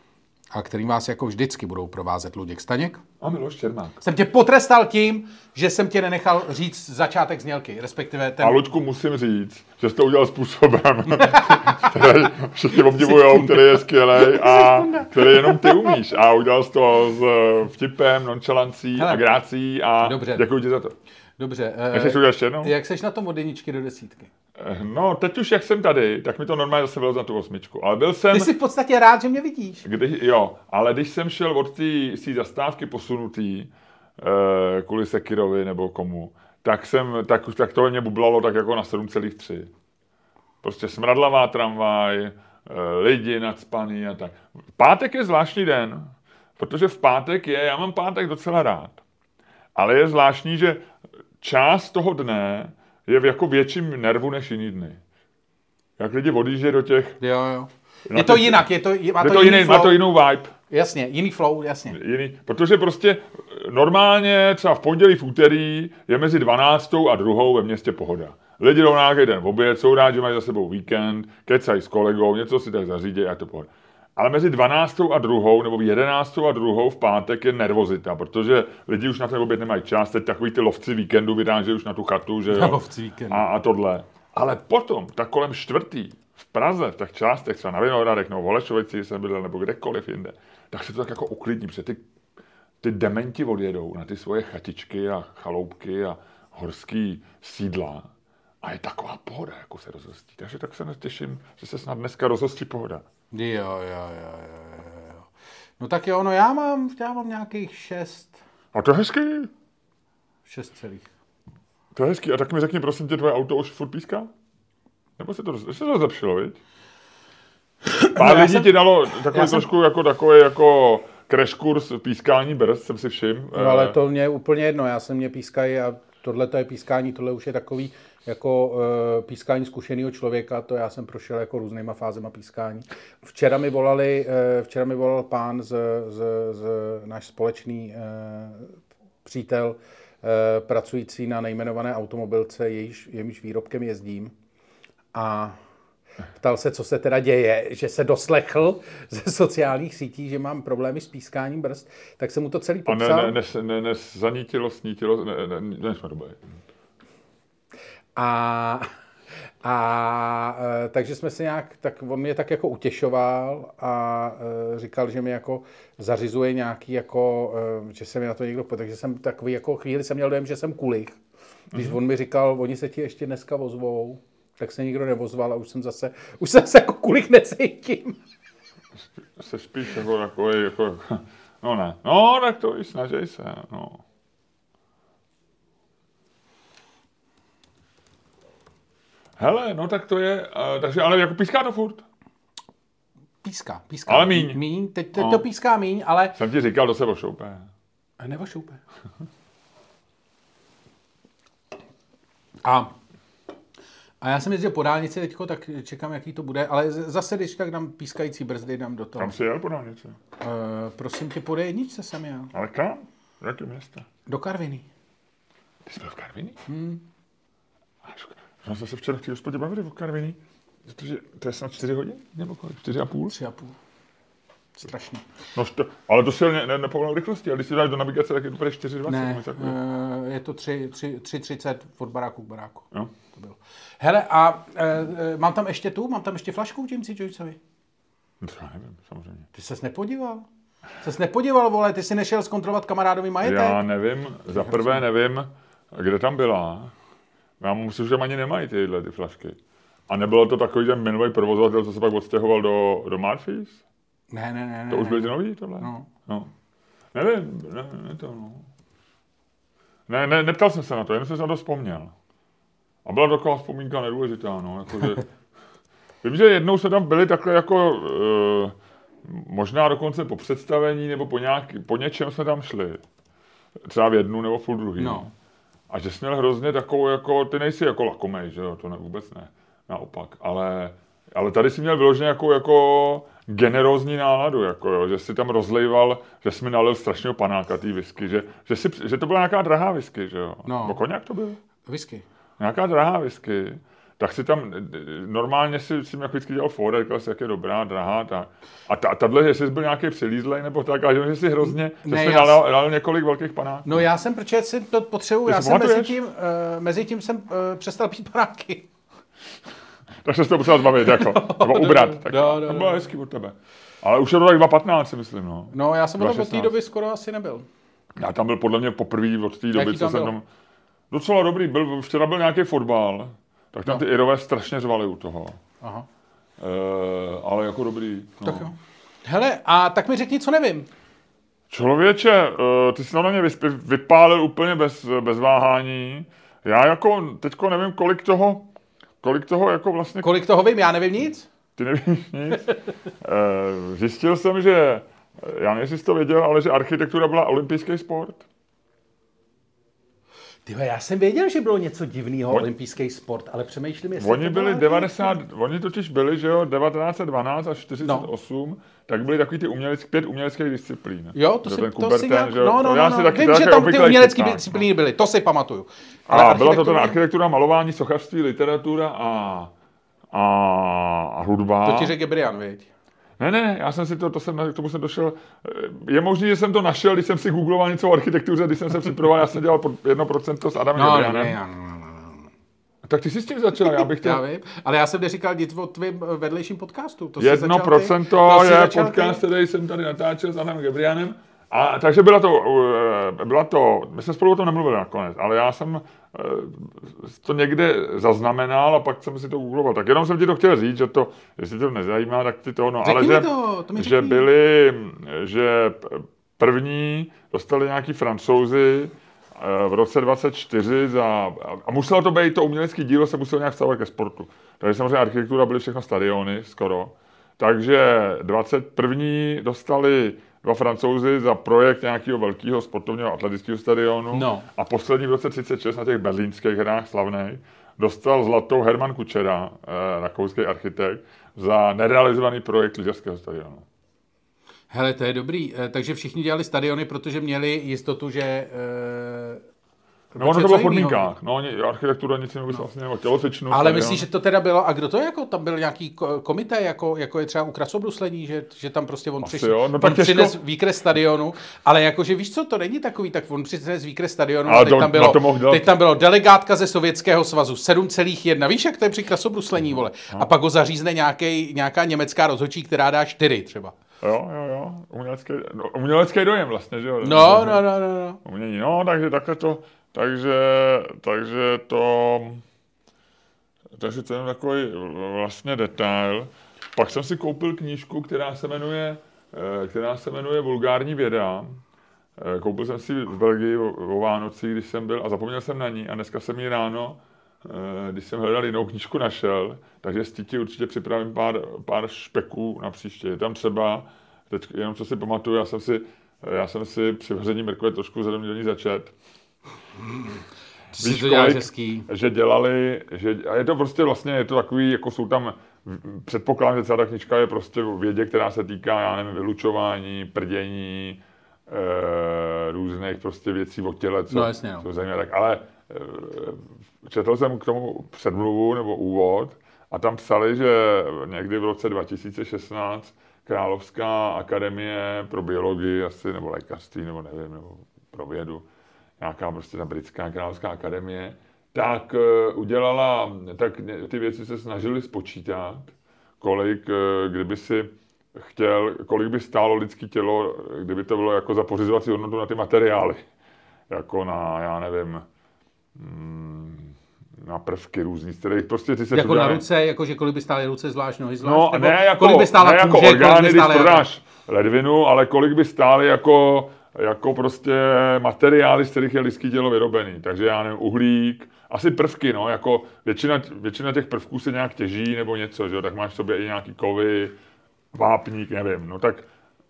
A kterým vás jako vždycky budou provázet Luděk Staněk. A Miloš Čermák. Jsem tě potrestal tím, že jsem tě nenechal říct začátek znělky, respektive ten... A Luďku, musím říct, že jsi to udělal způsobem, který všichni obdivujou, který je skvělej a který jenom ty umíš. A udělal jsi to s vtipem, nonchalancí Hele. a grácí a Dobře. Děkuji ti za to. Dobře. Jak jsi to ještě jednou? Jak seš na tom od jedničky do desítky? No, teď už jak jsem tady, tak mi to normálně zase bylo za tu osmičku. Ale byl jsem... Ty jsi v podstatě rád, že mě vidíš. Kdy, jo, ale když jsem šel od té zastávky posunutý, e, kvůli Sekirovi nebo komu, tak, jsem, tak, tak to mě bublalo tak jako na sedm celá tři. Prostě smradlavá tramvaj, e, lidi nacpaný a tak. Pátek je zvláštní den, protože v pátek je, já mám pátek docela rád, ale je zvláštní, že část toho dne je v jako větším nervu než jiný dny. Jak lidi odjíždějí do těch... Jo, jo. Je to těch, jinak, je to, má, to je to jiný, má to jinou vibe. Jasně, jiný flow, jasně. Jiný, protože prostě normálně třeba v pondělí, v úterý je mezi dvanáctou a druhou ve městě pohoda. Lidi jdou nějaký den v oběd, jsou rádi, že mají za sebou víkend, kecají s kolegou, něco si tak zařídí a je to pohoda. Ale mezi dvanáctou a druhou nebo jedenáctou a druhou v pátek je nervozita, protože lidi už na ten oběd nemají čas, teď takový ty lovci víkendu vyrážejí už na tu chatu, že jo, a, a tohle. Ale potom, tak kolem čtvrtý, v Praze, v těch částech, třeba na Vinohradech, nebo v Holešovici jsem bydlel, nebo kdekoliv jinde, tak se to tak jako uklidní, protože ty, ty dementi odjedou na ty svoje chatičky a chaloupky a horský sídla a je taková pohoda, jako se rozhostí. Takže tak se netěším, že se snad dneska rozhostí pohoda. Jo, jo, jo, jo, jo. No tak jo, no já mám, já mám nějakých šest. A to je hezký. Šest celých. To je hezký. A tak mi řekni, prosím tě, tvoje auto už furt píská? Nebo se to, se to zlepšilo, viď? Pár no, lidí jsem... ti dalo takový jsem... trošku jako takový jako crash kurz pískání brzd, jsem si všiml. No ale to mě je úplně jedno, já jsem mě pískají a tohle to je pískání, tohle už je takový jako uh, pískání zkušeného člověka, to já jsem prošel jako různýma fázema pískání. Včera mi volali, uh, včera mi volal pán z, z, z náš společný uh, přítel, uh, pracující na nejmenované automobilce, jejíž, jejímž výrobkem jezdím. A ptal se, co se teda děje, že se doslechl ze sociálních sítí, že mám problémy s pískáním brzd, tak jsem mu to celý popsal. A ne, ne, ne, ne, ne zanítilo, snítilo, ne, ne, ne, ne jsme dobré. A, a takže jsme se nějak, tak on mě tak jako utěšoval a říkal, že mi jako zařizuje nějaký jako, že se mi na to někdo, takže jsem takový jako chvíli jsem měl dojem, že jsem kulich. Když mm-hmm. on mi říkal, oni se ti ještě dneska ozvou, tak se nikdo nevozval a už jsem zase, už jsem se jako kulich necítím. Se spíš jako takový, jako, no ne, no tak to i snažej se, no. Hele, no tak to je, uh, takže ale jako píská to furt? Píská, píská. Ale míň. Míň, teď, teď no. to píská míň, ale... Jsem ti říkal, to se ošoupe. Neošoupe. A, a já jsem jezdil po dálnici teďko, tak čekám, jaký to bude, ale zase, když tak dám pískající brzdy, dám do toho. Kam jsi jel po dálnici? Uh, prosím tě, po D jedničce jsem jel. Ale kam? V jakém městě? Do Karviny. Ty jsi byl v Karviní? Hmm. Já jsme se včera v té hospodě bavili o Karviní. Protože to je snad čtyři hodiny? Nebo kolik? čtyři a půl? tři a půl. Strašně. No, to, ale to si ne, ne, nepovolal rychlosti, ale když si dáš do navigace, tak je to bude čtyři dvacet. Ne, uh, je to tři třicet od baráku k baráku. Jo. To bylo. Hele, a uh, mám tam ještě tu? Mám tam ještě flašku Jamesi Joyceovi? No, já nevím, samozřejmě. Ty ses nepodíval? Ses nepodíval, vole, ty jsi nešel zkontrolovat kamarádový majetek? Já nevím, za prvé nevím, kde tam byla. Já myslím, že ani nemají tyhle ty flašky. A nebylo to takový ten minový provozovatel, co se pak odstěhoval do, do Murphys? Ne, ne, ne. To ne, už byly ty ne. nový, tohle? No. no. Nevím, ne, ne to, no. Ne, ne, neptal jsem se na to, jen jsem se na to vzpomněl. A byla taková vzpomínka nedůležitá, no, jakože... Vím, že jednou jsme tam byli takhle jako... Uh, možná dokonce po představení, nebo po, nějaký, po něčem jsme tam šli. Třeba v jednu nebo v půl druhý. No. A že jsi měl hrozně takovou jako... Ty nejsi jako lakomej, že jo, to ne, vůbec ne. Naopak, ale... Ale tady jsi měl vyloženě jako, jako generózní náladu, jako jo, že jsi tam rozlejval, že jsi mi nalil strašného panáka tý whisky, že, že, si, že to byla nějaká drahá whisky, že jo? No. Bo koněk to byl? Whisky. Nějaká drahá whisky, tak si tam, normálně si, si mě vždycky dělal fore, říkal si, jak je dobrá, drahá, tak. A ta, tahle, jestli jsi byl nějaký přilízlej, nebo tak, a že jsi hrozně, že jsi mi dal, dal několik velkých panáků. No já jsem, protože si to potřebuji, já jsem mezi tím, uh, mezi tím jsem uh, přestal pít panáky. Takže jsi to potřeba zbavit, jako, nebo ubrat. No, Tak, no, no, to bylo hezký od tebe. Ale už je to tak dva patnáct, si myslím, no. No já jsem od té doby skoro asi nebyl. Já tam byl podle mě poprvé od té doby, Jaký co tam jsem byl? tam... Docela dobrý, byl, včera byl nějaký fotbal, tak tam No. ty Irové strašně řvali u toho. Aha. E, ale jako dobrý. No. Tak jo. Hele, a tak mi řekni, co nevím. Člověče, ty jsi na mě vypálil úplně bez, bez váhání. Já jako teďko nevím, kolik toho, kolik toho jako vlastně... Kolik toho vím? Já nevím nic. Ty nevíš nic? E, zjistil jsem, že, já nevím, jestli jsi to věděl, ale že architektura byla olympijský sport. Tyhle, já jsem věděl, že bylo něco divného, olympijský sport, ale přemýšlím, jestli Oni to byli byla devadesát, oni totiž byli, že jo, devatenáct set dvanáct až čtyřicet osm, no. Tak byly takový ty uměleck, pět uměleckých disciplín. Jo, to, si, to Kuberten, si nějak, že jo, no, no, já no, si no. taky, Vím, že tam ty umělecké chytám, disciplíny byly, to si pamatuju. Ale a byla to teda architektura, malování, sochařství, literatura a, a, a hudba. To ti řekl Gebrian, viď? Ne, ne, já jsem si to, to jsem, k tomu jsem došel, je možný, že jsem to našel, když jsem si googloval něco o architektuře, když jsem se připravoval, já jsem dělal jedno procento s Adamem no, Gebrianem. Ne, no, no, no. Tak ty jsi s tím začal, já bych chtěl... Já vím, ale já jsem neříkal nic o tvým vedlejším podcastu. To Jedno procento je podcast, který jsem tady natáčel s Adamem Gebrianem. A takže byla to, byla to, my jsme spolu o tom nemluvili nakonec, ale já jsem to někde zaznamenal a pak jsem si to googloval. Tak jenom jsem ti to chtěl říct, že to, jestli to nezajímá, tak ti to, no, ale že, to, to že byli, že první dostali nějaký Francouzi v roce dvacet čtyři za, a muselo to být, to umělecké dílo se muselo nějak vztahovat ke sportu. Takže samozřejmě architektura byly všechno stadiony skoro. Takže dvacet první dostali dva Francouzi za projekt nějakého velkého sportovního atletického stadionu. No. A poslední v roce třicet šest na těch berlínských hrách slavnej dostal zlatou Hermann Kučera, eh, rakouský architekt, za nerealizovaný projekt lyžařského stadionu. Hele, to je dobrý. E, takže všichni dělali stadiony, protože měli jistotu, že... E, no ono to bylo v podmínkách. No, architektura nic jiného vlastně nebo tělocvičnu. Ale stadion. myslíš, že to teda bylo... A kdo to jako? Tam byl nějaký komité, jako, jako je třeba u krasobruslení, že, že tam prostě on, přišel, no, on přines výkres stadionu, ale jakože víš co, to není takový, tak on přines výkres stadionu a teď, to, tam bylo, to teď tam bylo delegátka ze Sovětského svazu, sedm celá jedna. Víš, jak to je při krasobruslení, vole? A pak ho zařízne nějaký, nějaká německá rozhodčí, která dá čtyři třeba. Jo, jo, jo. Umělecký, no, umělecký dojem vlastně, že jo? No, no, no, no, no. Umění, no, takže takhle to, takže, takže to, takže to je takový vlastně detail. Pak jsem si koupil knížku, která se jmenuje, která se jmenuje Vulgární věda. Koupil jsem si v Belgii o Vánocích, když jsem byl, a zapomněl jsem na ní a dneska jsem ji ráno, když jsem hledal jinou knížku, našel, takže s Titi určitě připravím pár, pár špeků na příště. Je tam třeba, teď jenom co si pamatuju, já jsem si, já jsem si při vaření mrkve trošku zrovna do ní začet. Víš, to děláš hezký. Že dělali, že, a je to prostě vlastně, je to takový, jako jsou tam, předpokládám, že celá ta knížka je prostě o vědě, která se týká, já nevím, vylučování, prdění, e, různých prostě věcí o těle, co, no, jasně, no. co zajímavé, tak, ale četl jsem k tomu předmluvu nebo úvod a tam psali, že někdy v roce dva tisíce šestnáct Královská akademie pro biologii asi, nebo lékařství, nebo nevím, nebo pro vědu, nějaká prostě ta britská Královská akademie, tak udělala, tak ty věci se snažili spočítat, kolik, kdyby si chtěl, kolik by stálo lidské tělo, kdyby to bylo jako za pořizovací hodnotu na ty materiály. Jako na, já nevím, na prvky různý, z kterých prostě ty se jako prodávají. Na ruce, jakože kolik by stály ruce zvlášť, nohy zvlášť? No, nebo ne jako, kolik by stála ne jako kůže, orgány, když stály prodáš ledvinu, ale kolik by stály jako, jako prostě materiály, z kterých je lidský tělo vyrobený. Takže já nevím, uhlík, asi prvky, no, jako většina, většina těch prvků se nějak těží nebo něco, že jo, tak máš v sobě i nějaký kovy, vápník, nevím, no tak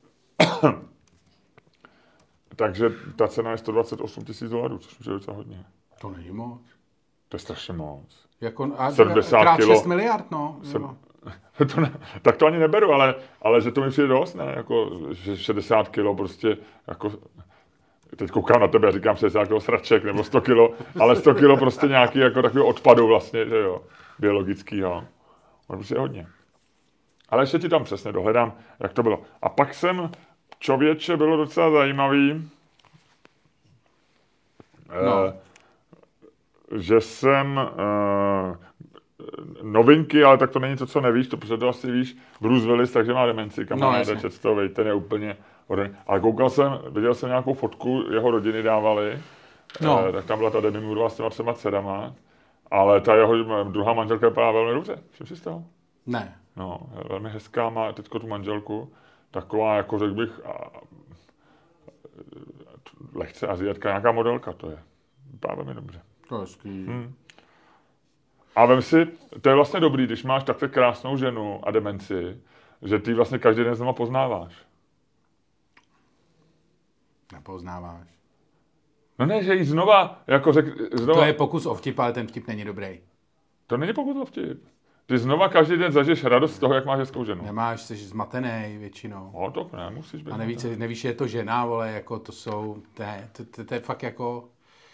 takže ta cena je sto dvacet osm tisíc dolarů, což je docela hodně. To není moc. To je strašně moc. Jako, a sedmdesát krát kilo. šest miliard, no. Jsem, to ne, tak to ani neberu, ale, ale že to mi přijde dost, ne, jako že šedesát kilo prostě, jako, teď koukám na tebe a říkám šedesát kilo sraček, nebo sto kilo, ale sto kilo prostě nějaký jako takový odpadu vlastně, že jo, biologickýho. To prostě je hodně. Ale ještě ti tam přesně dohledám, jak to bylo. A pak jsem, člověče, bylo docela zajímavý, no. eh, že jsem eh, novinky, ale tak to není to, co nevíš, to protože to asi víš, Bruce Willis, takže má demenci, kamaráde, no, to, ten je úplně odem. Ale koukal jsem, viděl jsem nějakou fotku, jeho rodiny dávali, no. eh, tak tam byla ta Demi Mooreová s těma třema dcerama, ale ta jeho druhá manželka vypadá velmi dobře, všim si z toho? Ne. No, velmi hezká, má teďko tu manželku, taková, jako řekl bych, a, a, lehce Aziatka, nějaká modelka to je. Vypadá velmi dobře. To je hezký. Hmm. A vem si, to je vlastně dobrý, když máš takhle krásnou ženu a demenci, že ty vlastně každý den znova poznáváš. Nepoznáváš. No ne, že jí znova, jako řek, znova... To je pokus o vtip, ale ten vtip není dobrý. To není pokus o vtip. Ty znova každý den zažiješ radost z toho, jak máš hezkou ženu. Nemáš, jsi zmatený většinou. No to ne, musíš být. A nevíš, nevíš, že je to žena, vole, jako to jsou, ne, to, to, to je fakt jako,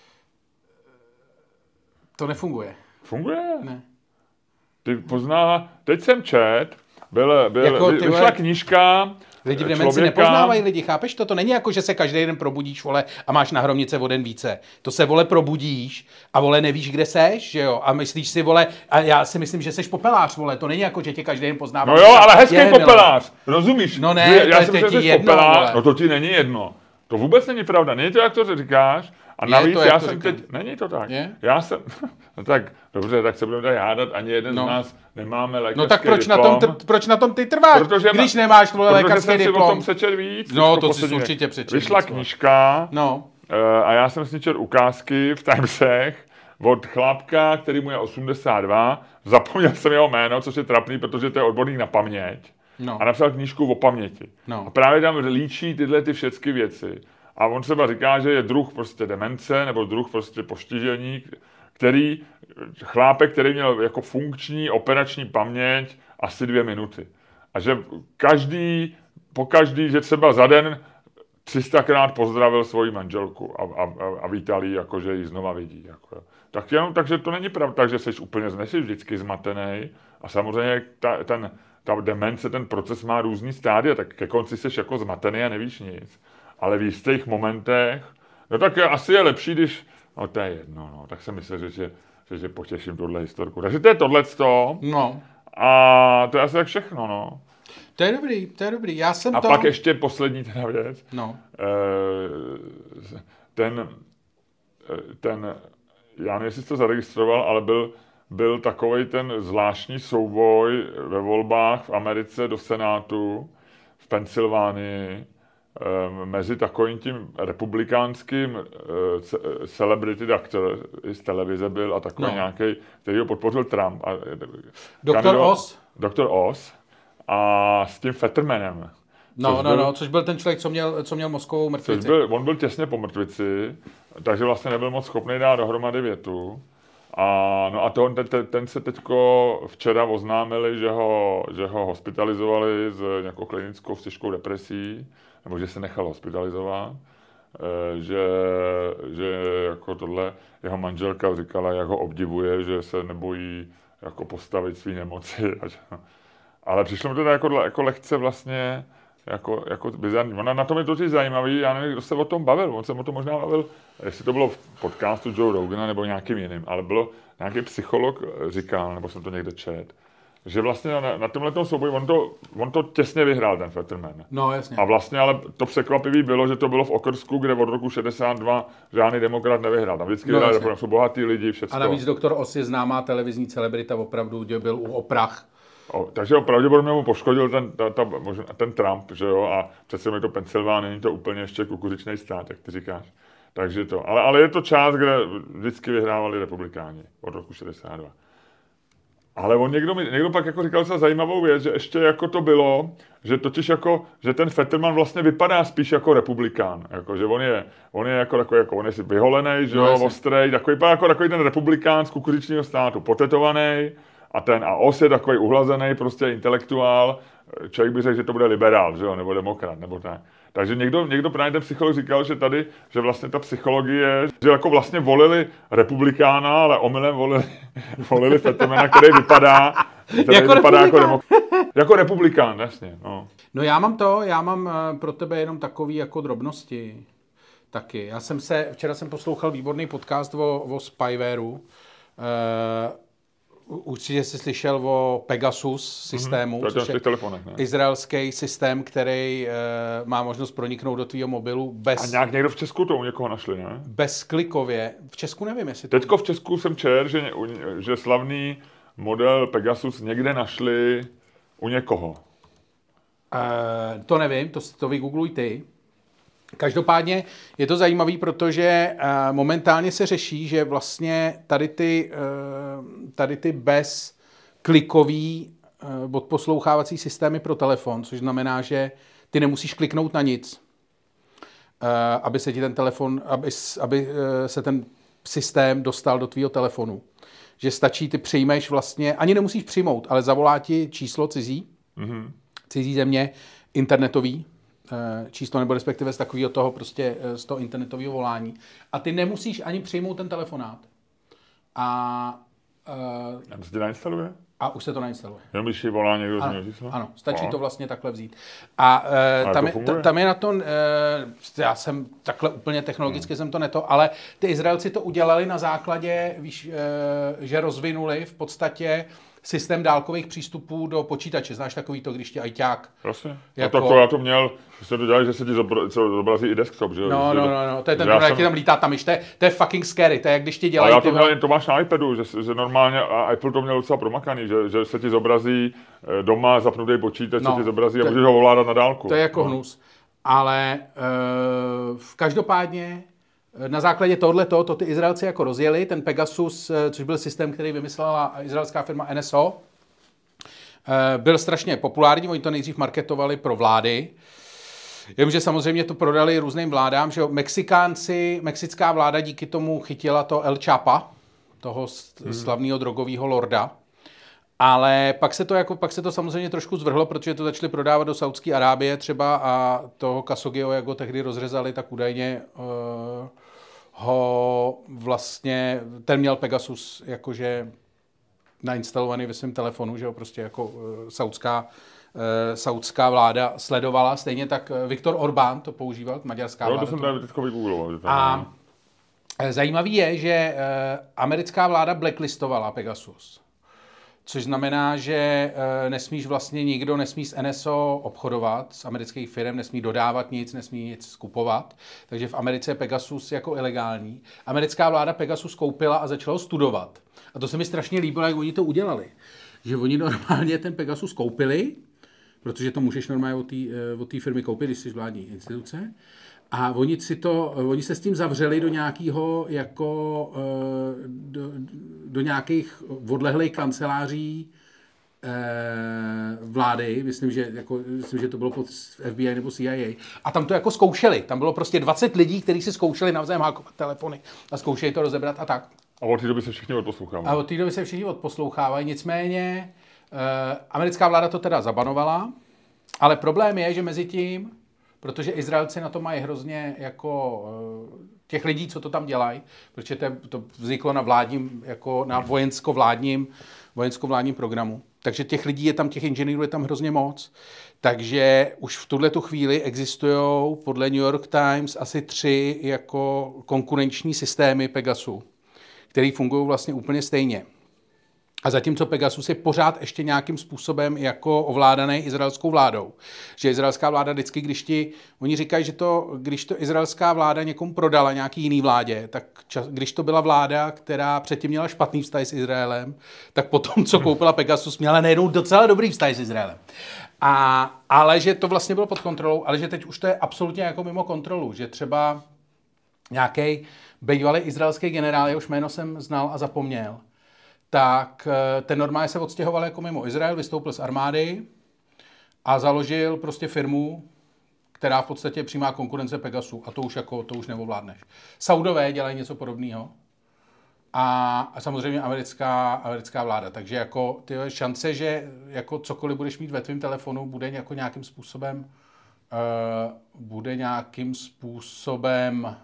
to nefunguje. Funguje? Ne. Ty poznává, teď jsem čet, byl, byl, jako, vyšla vole, knížka lidi v demenci člověka... nepoznávají lidi, chápeš to? To není jako, že se každý den probudíš, vole, a máš na hromnice o den více. To se, vole, probudíš a, vole, nevíš, kde seš, že jo? A myslíš si, vole, a já si myslím, že seš popelář, vole, to není jako, že tě každý den poznává. No jo, ale hezký je, popelář, milé. Rozumíš? No ne, já to si je myslím, ti že jedno, popelář, vole. no to ti není jedno. To vůbec není pravda, není to, jak to říkáš. A navíc to, já to jsem říkám. teď, není to tak. Je? Já jsem, no tak, dobře, tak se budeme tady hádat, ani jeden no. z nás nemáme lékařský No tak proč diplom. na, tom, t- proč na tom ty trváš, protože když ma, nemáš, vole, lékařský jsem diplom? Protože jsem si o tom přečet víc. No, to si určitě přečet. Vyšla víc, knížka no. a já jsem si četl ukázky v Timesech od chlapka, který mu je osmdesát dva, zapomněl jsem jeho jméno, což je trapný, protože to je odborník na paměť. No. A napsal knížku o paměti. No. A právě tam líčí tyhle ty všechny věci. A on třeba říká, že je druh prostě demence, nebo druh prostě postižení, který, chlápek, který měl jako funkční operační paměť asi dvě minuty. A že každý, po každý, že třeba za den tři sta krát pozdravil svoji manželku a, a, a vítal jí, jako, že ji znova vidí. Jako. Tak jenom, takže to není pravda, že jsi úplně jsi vždycky zmatený. A samozřejmě ta, ten, ta demence, ten proces má různý stádia, tak ke konci jsi jako zmatený a nevíš nic. Ale v jistých momentech, no tak asi je lepší, když, no to je jedno, no, tak jsem myslel, že, že, že, že potěším tohle historku. Takže to je tohleto. No. A to je asi tak všechno, no. To je dobrý, to je dobrý. Já jsem a to... pak ještě poslední teda věc. No. Ten, ten, já nevím, jestli jsi to zaregistroval, ale byl, byl takovej ten zvláštní souboj ve volbách v Americe do Senátu v Pensylvánii mezi takovým tím republikánským celebrity doctor z televize byl a takový no. nějaký, který ho podpořil Trump. doktor Oz? doktor Oz a s tím Fettermanem. No, no, byl, no, což byl ten člověk, co měl, co měl mozkovou mrtvici. Byl, on byl těsně po mrtvici, takže vlastně nebyl moc schopný dát dohromady větu. A, no a to, ten, ten se teďko včera oznámili, že ho, že ho hospitalizovali s nějakou klinickou s těžkou depresí, nebo že se nechal hospitalizovat, že, že jako tohle jeho manželka říkala, jak ho obdivuje, že se nebojí jako postavit svý nemoci. Ale přišlo mi to jako, jako lehce vlastně jako, jako bizarní. Ona na tom je totiž zajímavý, já nevím, kdo se o tom bavil, on se o tom možná bavil, jestli to bylo v podcastu Joe Rogana nebo nějakým jiným, ale bylo nějaký psycholog říkal, nebo jsem to někde čet, že vlastně na, na tomhletom souboji, on to, on to těsně vyhrál, ten Fetterman. No, jasně. A vlastně ale to překvapivý bylo, že to bylo v okrsku, kde od roku šedesát dva žádný demokrat nevyhrál. Tam vždycky no, vyhrál, jsou bohatý lidi, všechno. A navíc doktor Oz je známá televizní celebrita, opravdu byl u oprah. O, takže pravděpodobně mu poškodil ten, ta, ta, možná, ten Trump, že jo, a přece je to Pensylvánie, není to úplně ještě kukuřičný stát, jak ty říkáš. Takže to, ale, ale je to část, kde vždycky vyhrávali republikáni od roku šedesát dva. Ale on někdo, mi, někdo pak jako říkal se zajímavou věc, že ještě jako to bylo, že totiž jako, že ten Fetterman vlastně vypadá spíš jako republikán, jako, že on je, on je jako takový, jako on je si vyholený, že jo, no, ostrej, takový, jako takový ten republikán z kukuřičního státu, potetovaný, a ten a Oz je takový uhlazený, prostě intelektuál, člověk by řekl, že to bude liberál, že jo, nebo demokrat, nebo tak. Takže někdo, někdo právě ten psycholog říkal, že tady, že vlastně ta psychologie, že jako vlastně volili republikána, ale omylem volili, volili Fettermana, který vypadá, který jako vypadá jako, republikán. demok- jako republikán, jasně, no. No já mám to, já mám pro tebe jenom takový jako drobnosti taky. Já jsem se, včera jsem poslouchal výborný podcast o, o spywareu. E, určitě jsi slyšel o Pegasus systému, mm-hmm, což je telefonech, ne? izraelský systém, který e, má možnost proniknout do tvýho mobilu bez... A nějak někdo v Česku to u někoho našli, ne? Bezklikově. V Česku nevím, jestli to... Teďko v Česku jsem četl, že, že slavný model Pegasus někde našli u někoho. E, to nevím, to, to vygoogluj ty. Každopádně je to zajímavý, protože uh, momentálně se řeší, že vlastně tady ty, uh, tady ty bezklikový uh, odposlouchávací systémy pro telefon, což znamená, že ty nemusíš kliknout na nic, uh, aby se ti ten telefon, aby, aby uh, se ten systém dostal do tvýho telefonu. Že stačí, ty přijmeš vlastně, ani nemusíš přijmout, ale zavolá ti číslo cizí, mm-hmm. cizí země, internetový, číslo nebo respektive z takového toho prostě z toho internetového volání. A ty nemusíš ani přijmout ten telefonát. A, uh, a se to nainstaluje? A už se to nainstaluje. Jenom když ji volá někdo ano, z něho číslo? Ano, stačí a. to vlastně takhle vzít. A uh, tam, je, t- tam je na to, uh, já jsem takhle úplně technologicky hmm. jsem to neto, ale ty Izraelci to udělali na základě, víš, uh, že rozvinuli v podstatě systém dálkových přístupů do počítače. Znáš takový to, když ti ajťák... Vlastně. Jako... No tak já to měl, že se to dělali, že se ti zobrazí i desktop, že jo? No, no, no, no, to je ten, jak jsem... ti tam lítá ta myš, to je, to je fucking scary, to je jak když ti dělají... Ale já to ty... měl, to máš na iPadu, že, že normálně, a Apple to měl docela promakaný, že, že se ti zobrazí doma, zapnutý počítač, no, se ti zobrazí a můžeš ho ovládat na dálku. To je jako no. hnus. Ale uh, každopádně na základě tohoto to ty Izraelci jako rozjeli, ten Pegasus, což byl systém, který vymyslela izraelská firma N S O, byl strašně populární, oni to nejdřív marketovali pro vlády. Jenomže samozřejmě to prodali různým vládám, že Mexikánci, mexická vláda díky tomu chytila to El Chapa, toho hmm. slavného drogového lorda. Ale pak se to jako pak se to samozřejmě trošku zvrhlo, protože to začali prodávat do Saudské Arábie třeba a toho Khashoggiho, jak ho tehdy rozřezali, tak údajně uh, ho vlastně, ten měl Pegasus jakože nainstalovaný ve svém telefonu, že ho prostě jako uh, saudská, uh, saudská vláda sledovala. Stejně tak uh, Viktor Orbán to používal, maďarská no, vláda. To jsem tady teďko vygoogloval. A zajímavý je, že uh, americká vláda blacklistovala Pegasus. Což znamená, že uh, nesmíš vlastně nikdo, nesmí s N S O obchodovat, s amerických firm, nesmí dodávat nic, nesmí nic skupovat. Takže v Americe je Pegasus jako ilegální. Americká vláda Pegasus koupila a začala ho studovat. A to se mi strašně líbilo, jak oni to udělali. Že oni normálně ten Pegasus koupili, protože to můžeš normálně od té od té firmy koupit, když jsi vládní instituce. A oni, si to, oni se s tím zavřeli do nějakého jako do, do nějakých odlehlých kanceláří vlády, myslím, že, jako, myslím, že to bylo pod F B I nebo C I A. A tam to jako zkoušeli. Tam bylo prostě dvacet lidí, kteří si zkoušeli navzájem hákovat telefony a zkoušeli to rozebrat a tak. A od té doby se všichni odposlouchávají. A od té doby se všichni odposlouchávají. Nicméně eh, americká vláda to teda zabanovala, ale problém je, že mezi tím, protože Izraelci na to mají hrozně jako eh, těch lidí, co to tam dělají, protože to, to vzniklo na vládním, jako na vojensko-vládním vojensko-vládním programu. Takže těch lidí je tam, těch inženýrů je tam hrozně moc. Takže už v tuhletu chvíli existují podle New York Times asi tři jako konkurenční systémy Pegasu, které fungují vlastně úplně stejně. A zatímco Pegasus je pořád ještě nějakým způsobem jako ovládaný izraelskou vládou. Že izraelská vláda vždycky, když ti, oni říkají, že to, když to izraelská vláda někomu prodala nějaký jiný vládě, tak čas, když to byla vláda, která předtím měla špatný vztah s Izraelem, tak potom, co koupila Pegasus, měla najednou docela dobrý vztah s Izraelem. A, ale že to vlastně bylo pod kontrolou, ale že teď už to je absolutně jako mimo kontrolu, že třeba nějaký bývalý izraelský generál, jehož jméno jsem znal a zapomněl, tak ten normálně se odstěhoval jako mimo Izrael, vystoupil z armády a založil prostě firmu, která v podstatě je přímá konkurence Pegasu a to už jako to už neovládneš. Saudové dělají něco podobného a, a samozřejmě americká, americká vláda. Takže jako ty šance, že jako cokoliv budeš mít ve tvém telefonu, bude jako nějakým způsobem uh, bude nějakým způsobem uh,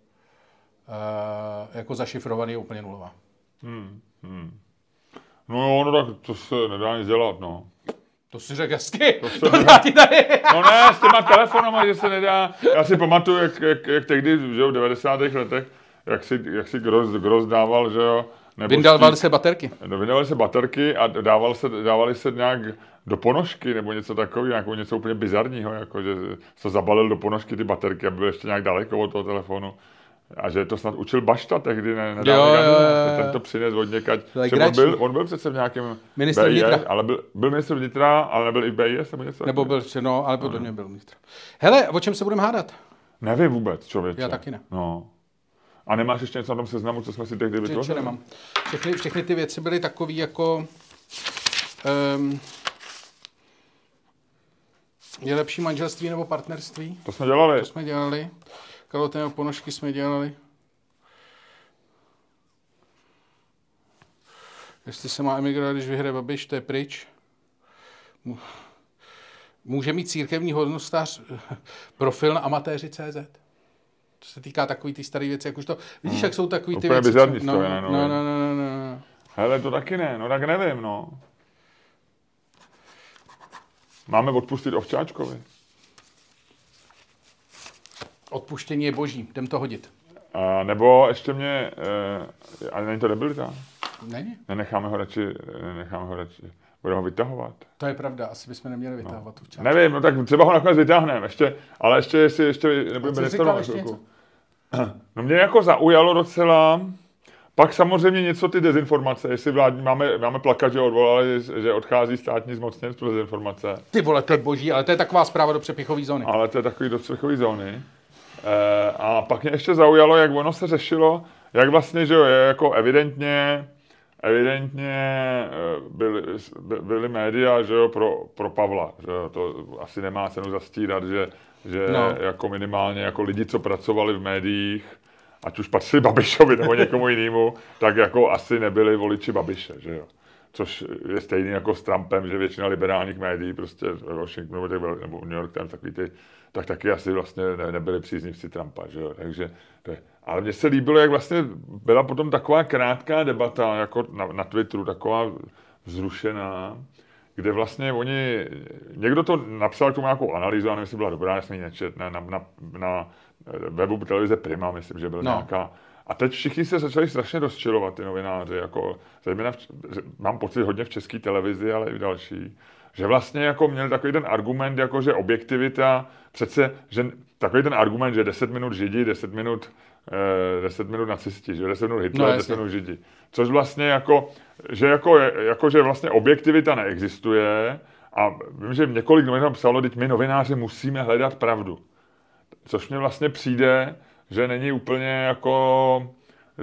jako zašifrovaný, je úplně nulová. Hmm. Hmm. No jo, no tak to se nedá nic dělat, no. To si řekl hezky. To se nedá. Tady. No ne, s těma telefonama, že se nedá. Já si pamatuju, jak, jak, jak tehdy, že v devadesátých letech, jak si, jak si Gross, Gross dával, že jo. Vydával se baterky. No, vydával se baterky a dával se, dávali se nějak do ponožky nebo něco takového, jako něco úplně bizarního, jako že se zabalil do ponožky ty baterky, aby byl ještě nějak daleko od toho telefonu. A že to snad učil Bašta tehdy, ne, nedávno, ten to přines od někať. On byl, on byl přece v nějakém ministr B I S, vnitra. ale byl, byl ministr vnitra, ale nebyl i v B I S nebo něco. Nebo byl, no, ale podle mě byl ministr. Hele, o čem se budeme hádat? Nevím vůbec, člověče. Já taky ne. No. A nemáš ještě něco na tom seznamu, co jsme si tehdy vytvořili? nemám. Všechny, všechny ty věci byly takový jako... Um, je lepší manželství nebo partnerství? To jsme dělali. To jsme dělali. Kalhoty nebo ponožky jsme dělali. Jestli se má emigrovat, když vyhraje Babiš, to je pryč. Může mít církevní hodnostář profil na amatéři tečka cé zet. To se týká takový ty staré věci, jak už to... Vidíš, hmm. jak jsou takový ty úplně věci... Bizarní no, stoje, no, no, no, no, no, no. Hele, to taky ne, no tak nevím, no. Máme odpustit Ovčáčkovi. Odpuštění je boží, jdem to hodit. A nebo ještě mě, e, ale není to debilita? Není. Nenecháme ho radši, nenecháme ho radši, budeme ho vytahovat. To je pravda, asi bychom neměli vytahovat no. Ovčáčka. Nevím, no tak třeba ho nakonec vytáhneme, ještě, ale ještě, jestli ještě nebudeme restaurovat chvilku. No mě jako zaujalo docela, pak samozřejmě něco ty dezinformace, jestli vládní, máme, máme plakat, že odvolali, že odchází státní zmocněnec pro dezinformace. Ty vole, to je boží, ale to je taková zpráva do přepichové zóny. Ale to je takový do přepichové zóny. E, a pak mě ještě zaujalo, jak ono se řešilo, jak vlastně, že jo, je jako evidentně, evidentně byly, byly média, že jo, pro, pro Pavla, že jo, to asi nemá cenu zastírat, že, že no. Jako minimálně jako lidi, co pracovali v médiích, ať už patřili Babišovi nebo někomu jinému, tak jako asi nebyli voliči Babiše, že jo. Což je stejný jako s Trumpem, že většina liberálních médií, prostě Washington nebo New York Times, takový ty, tak taky asi vlastně ne, nebyli příznivci Trumpa, že jo. Takže to je. Ale mně se líbilo, jak vlastně byla potom taková krátká debata, jako na, na Twitteru, taková vzrušená, kde vlastně oni, někdo to napsal k tomu nějakou analýzu, já nevím, jestli byla dobrá, já jsem ji nečet, na, na, na, na webu televize Prima, myslím, že byla no. nějaká. A teď všichni se začali strašně rozčilovat, ty novináři, jako, zejména v, mám pocit hodně v české televizi, ale i v další, že vlastně jako měl takový ten argument, jako že objektivita, přece, že takový ten argument, že deset minut Židi, deset minut, eh, deset minut nacisti, že deset minut Hitler, no, deset minut Židi. Což vlastně jako, že jako, jako, že vlastně objektivita neexistuje a vím, že několik novinářů psalo, teď my novináři musíme hledat pravdu. Což mně vlastně přijde, že není úplně jako,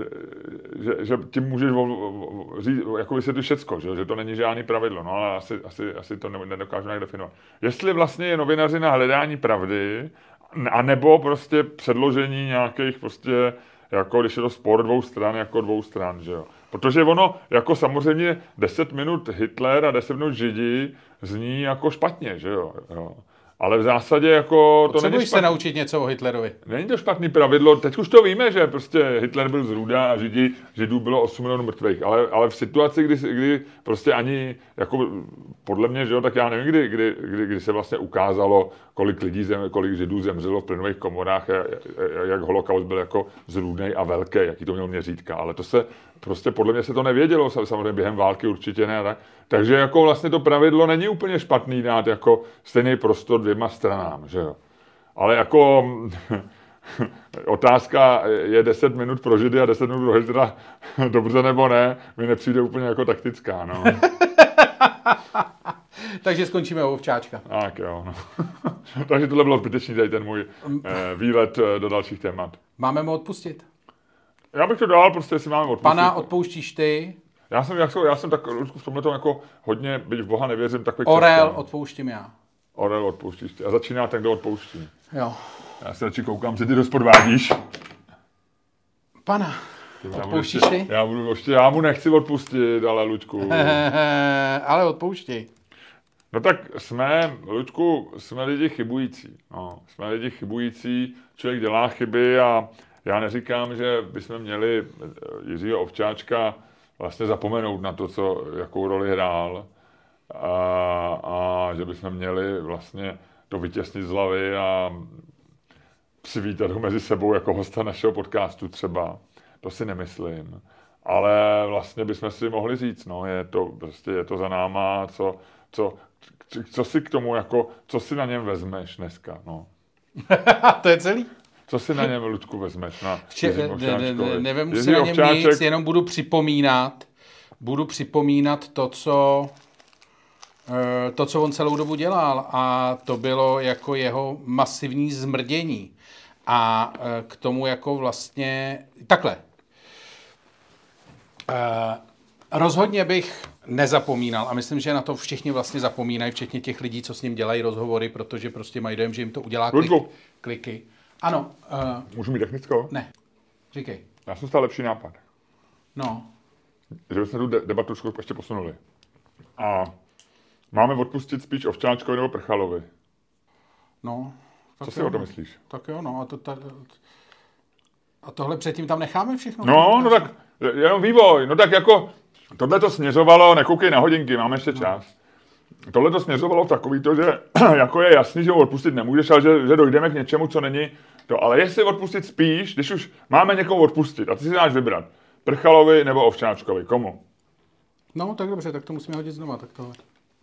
že, že tím můžeš říct, jako vysvětlit všecko, že, že to není žádný pravidlo, no ale asi, asi, asi to nedokážu nějak definovat. Jestli vlastně je novinaři na hledání pravdy, anebo prostě předložení nějakých prostě, jako když je to spor dvou stran, jako dvou stran, že jo. Protože ono, jako samozřejmě deset minut Hitler a deset minut Židi zní jako špatně, že jo. jo. Ale v zásadě jako to není Potřebuješ špatný. se naučit něco o Hitlerovi. Není to špatný pravidlo, teď už to víme, že prostě Hitler byl z Ruda a Židi, Židů bylo osm milionů mrtvých, ale, ale v situaci, kdy, kdy prostě ani, jako podle mě, že jo, tak já nevím, kdy, kdy, kdy, kdy se vlastně ukázalo, kolik lidí, zem, kolik Židů zemřelo v plynových komorách, jak, jak holokaust byl jako zrůdnej a velký, jaký to měl měřítka, ale to se prostě podle mě se to nevědělo, samozřejmě během války určitě ne, tak. Takže jako vlastně to pravidlo není úplně špatný dát jako stejný prostor dvěma stranám, že jo. Ale jako otázka je deset minut pro Židy a deset minut pro Hitlera dobře nebo ne, mi nepřijde úplně jako taktická, no. Takže skončíme u ovčáčka. Tak jo, no. Takže tohle bylo zbytečný tady ten můj eh, výlet do dalších témat. Máme mu odpustit? Já bych to dal, prostě jestli máme odpustit. Pana, odpouštíš ty? Já jsem, jak jsou, já jsem tak v tomhle tom jako hodně, byť v Boha nevěřím, takový Orel, křesťan. odpouštím já. Orel odpouštíš ty. A začíná ten, kdo odpouští. Jo. Já se radši koukám, že ty dost podvádíš. Pana, Ty, odpouštíš já ty? Ještě, já, budu ještě, já mu nechci odpustit, ale Luďku. Ale odpouštěj. No tak jsme, Luďku, jsme lidi chybující. No, jsme lidi chybující, člověk dělá chyby a já neříkám, že bychom měli Jiřího Ovčáčka vlastně zapomenout na to, co, jakou roli hrál a, a že bychom měli vlastně to vytěsnit z hlavy a přivítat ho mezi sebou jako hosta našeho podcastu třeba. To si nemyslím. Ale vlastně bychom si mohli říct, no, je to, prostě je to za náma, co, co, co si k tomu jako, co si na něm vezmeš dneska, no. To je celý? Co si na něm, Ludku, vezmeš? Na Vše, ne, ne, ne, nevím Jiří si na něm Ovčáček. nic, jenom budu připomínat, budu připomínat to, co, to, co on celou dobu dělal, a to bylo jako jeho masivní zmrdění. A k tomu jako vlastně, takhle, rozhodně bych nezapomínal, a myslím, že na to všichni vlastně zapomínají, včetně těch lidí, co s ním dělají rozhovory, protože prostě mají dojem, že jim to udělá klik, kliky. Ano. Uh, Můžu mít technickou? Ne. Říkej. Já jsem stál lepší nápad. No. Že bychom tu de- debatu ještě posunuli. A máme odpustit spíš Ovčáčkovi nebo Prchalovi. No. Co si o to myslíš? Tak jo, no. A, to, ta, a tohle předtím tam necháme všechno? No, no tak, jenom vývoj. No tak jako, tohle to směřovalo, nekoukej na hodinky, máme ještě čas. No. Tohle to směřovalo v takový to, že jako je jasný, že ho odpustit nemůžeš, ale že, že dojdeme k něčemu, co není to. Ale jestli odpustit spíš, když už máme někoho odpustit, a ty si dáš vybrat, Prchalovi nebo Ovčáčkovi, komu? No, tak dobře, tak to musíme hodit znova, tak tohle.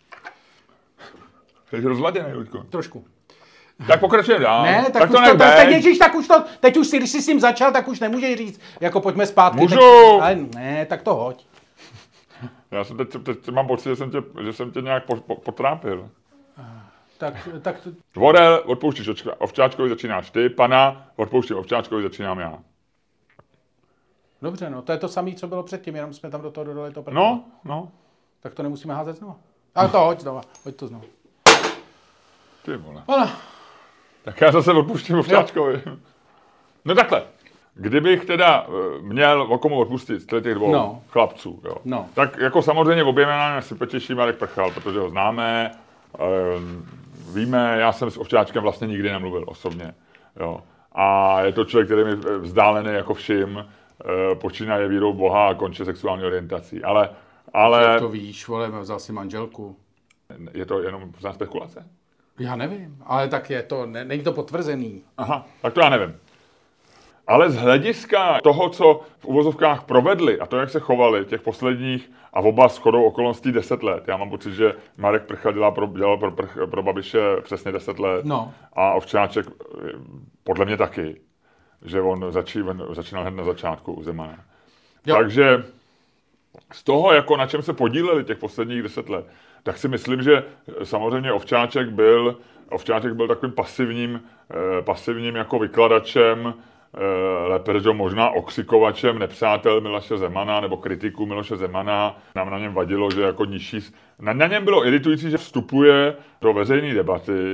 Jsi rozladěnej, Luďko. Trošku. Tak pokračujeme dál. Ne, tak, tak už to to, nech tak, bejt. ježíš, tak už to, teď už si, když jsi s tím začal, tak už nemůžeš říct, jako pojďme zpátky. Můžu. Tak, ale ne, tak to hoď. Já jsem teď, teď mám pocit, že jsem tě, že jsem tě nějak po, po, potrápil. Tak, tak to... Dvorel, odpouštíš Ovčáčkovi, začínáš ty. Pana, odpouštím Ovčáčkovi, začínám já. Dobře, no, to je to samé, co bylo předtím, jenom jsme tam do toho dodali to první. No, no. Tak to nemusíme házet znova. A to hoď znova, hoď to znova. Ty vole. Ano. Tak já zase odpuštím Ovčáčkovi. No takhle. Kdybych teda měl o komu odpustit z těch dvou no. chlapců, jo. No. Tak jako samozřejmě obě jména sympatičný Marek Prchal, protože ho známe, víme, já jsem s Ovčáčkem vlastně nikdy nemluvil osobně, jo. A je to člověk, který mi vzdálený jako všim, počínaje vírou Boha a končí sexuální orientací, ale... ale... Jak to víš, vole, vzal si manželku. Je to jenom pořád spekulace? Já nevím, ale tak je to, ne, není to potvrzený. Aha, tak to já nevím. Ale z hlediska toho, co v uvozovkách provedli a to, jak se chovali těch posledních a v oba shodou okolností deset let. Já mám pocit, že Marek Prchal dělal pro, dělal pro, pro, pro Babiše přesně deset let no. a Ovčáček podle mě taky, že on začí, začínal hned na začátku u Zemana. Jo. Takže z toho, jako na čem se podíleli těch posledních deset let, tak si myslím, že samozřejmě Ovčáček byl, Ovčáček byl takovým pasivním, eh, pasivním jako vykladačem, lépe řečeno možná okřikovačem nepřátel Miloše Zemana nebo kritiku Miloše Zemana. Nám na něm vadilo, že jako nižší... Na, na něm bylo iritující, že vstupuje do veřejné debaty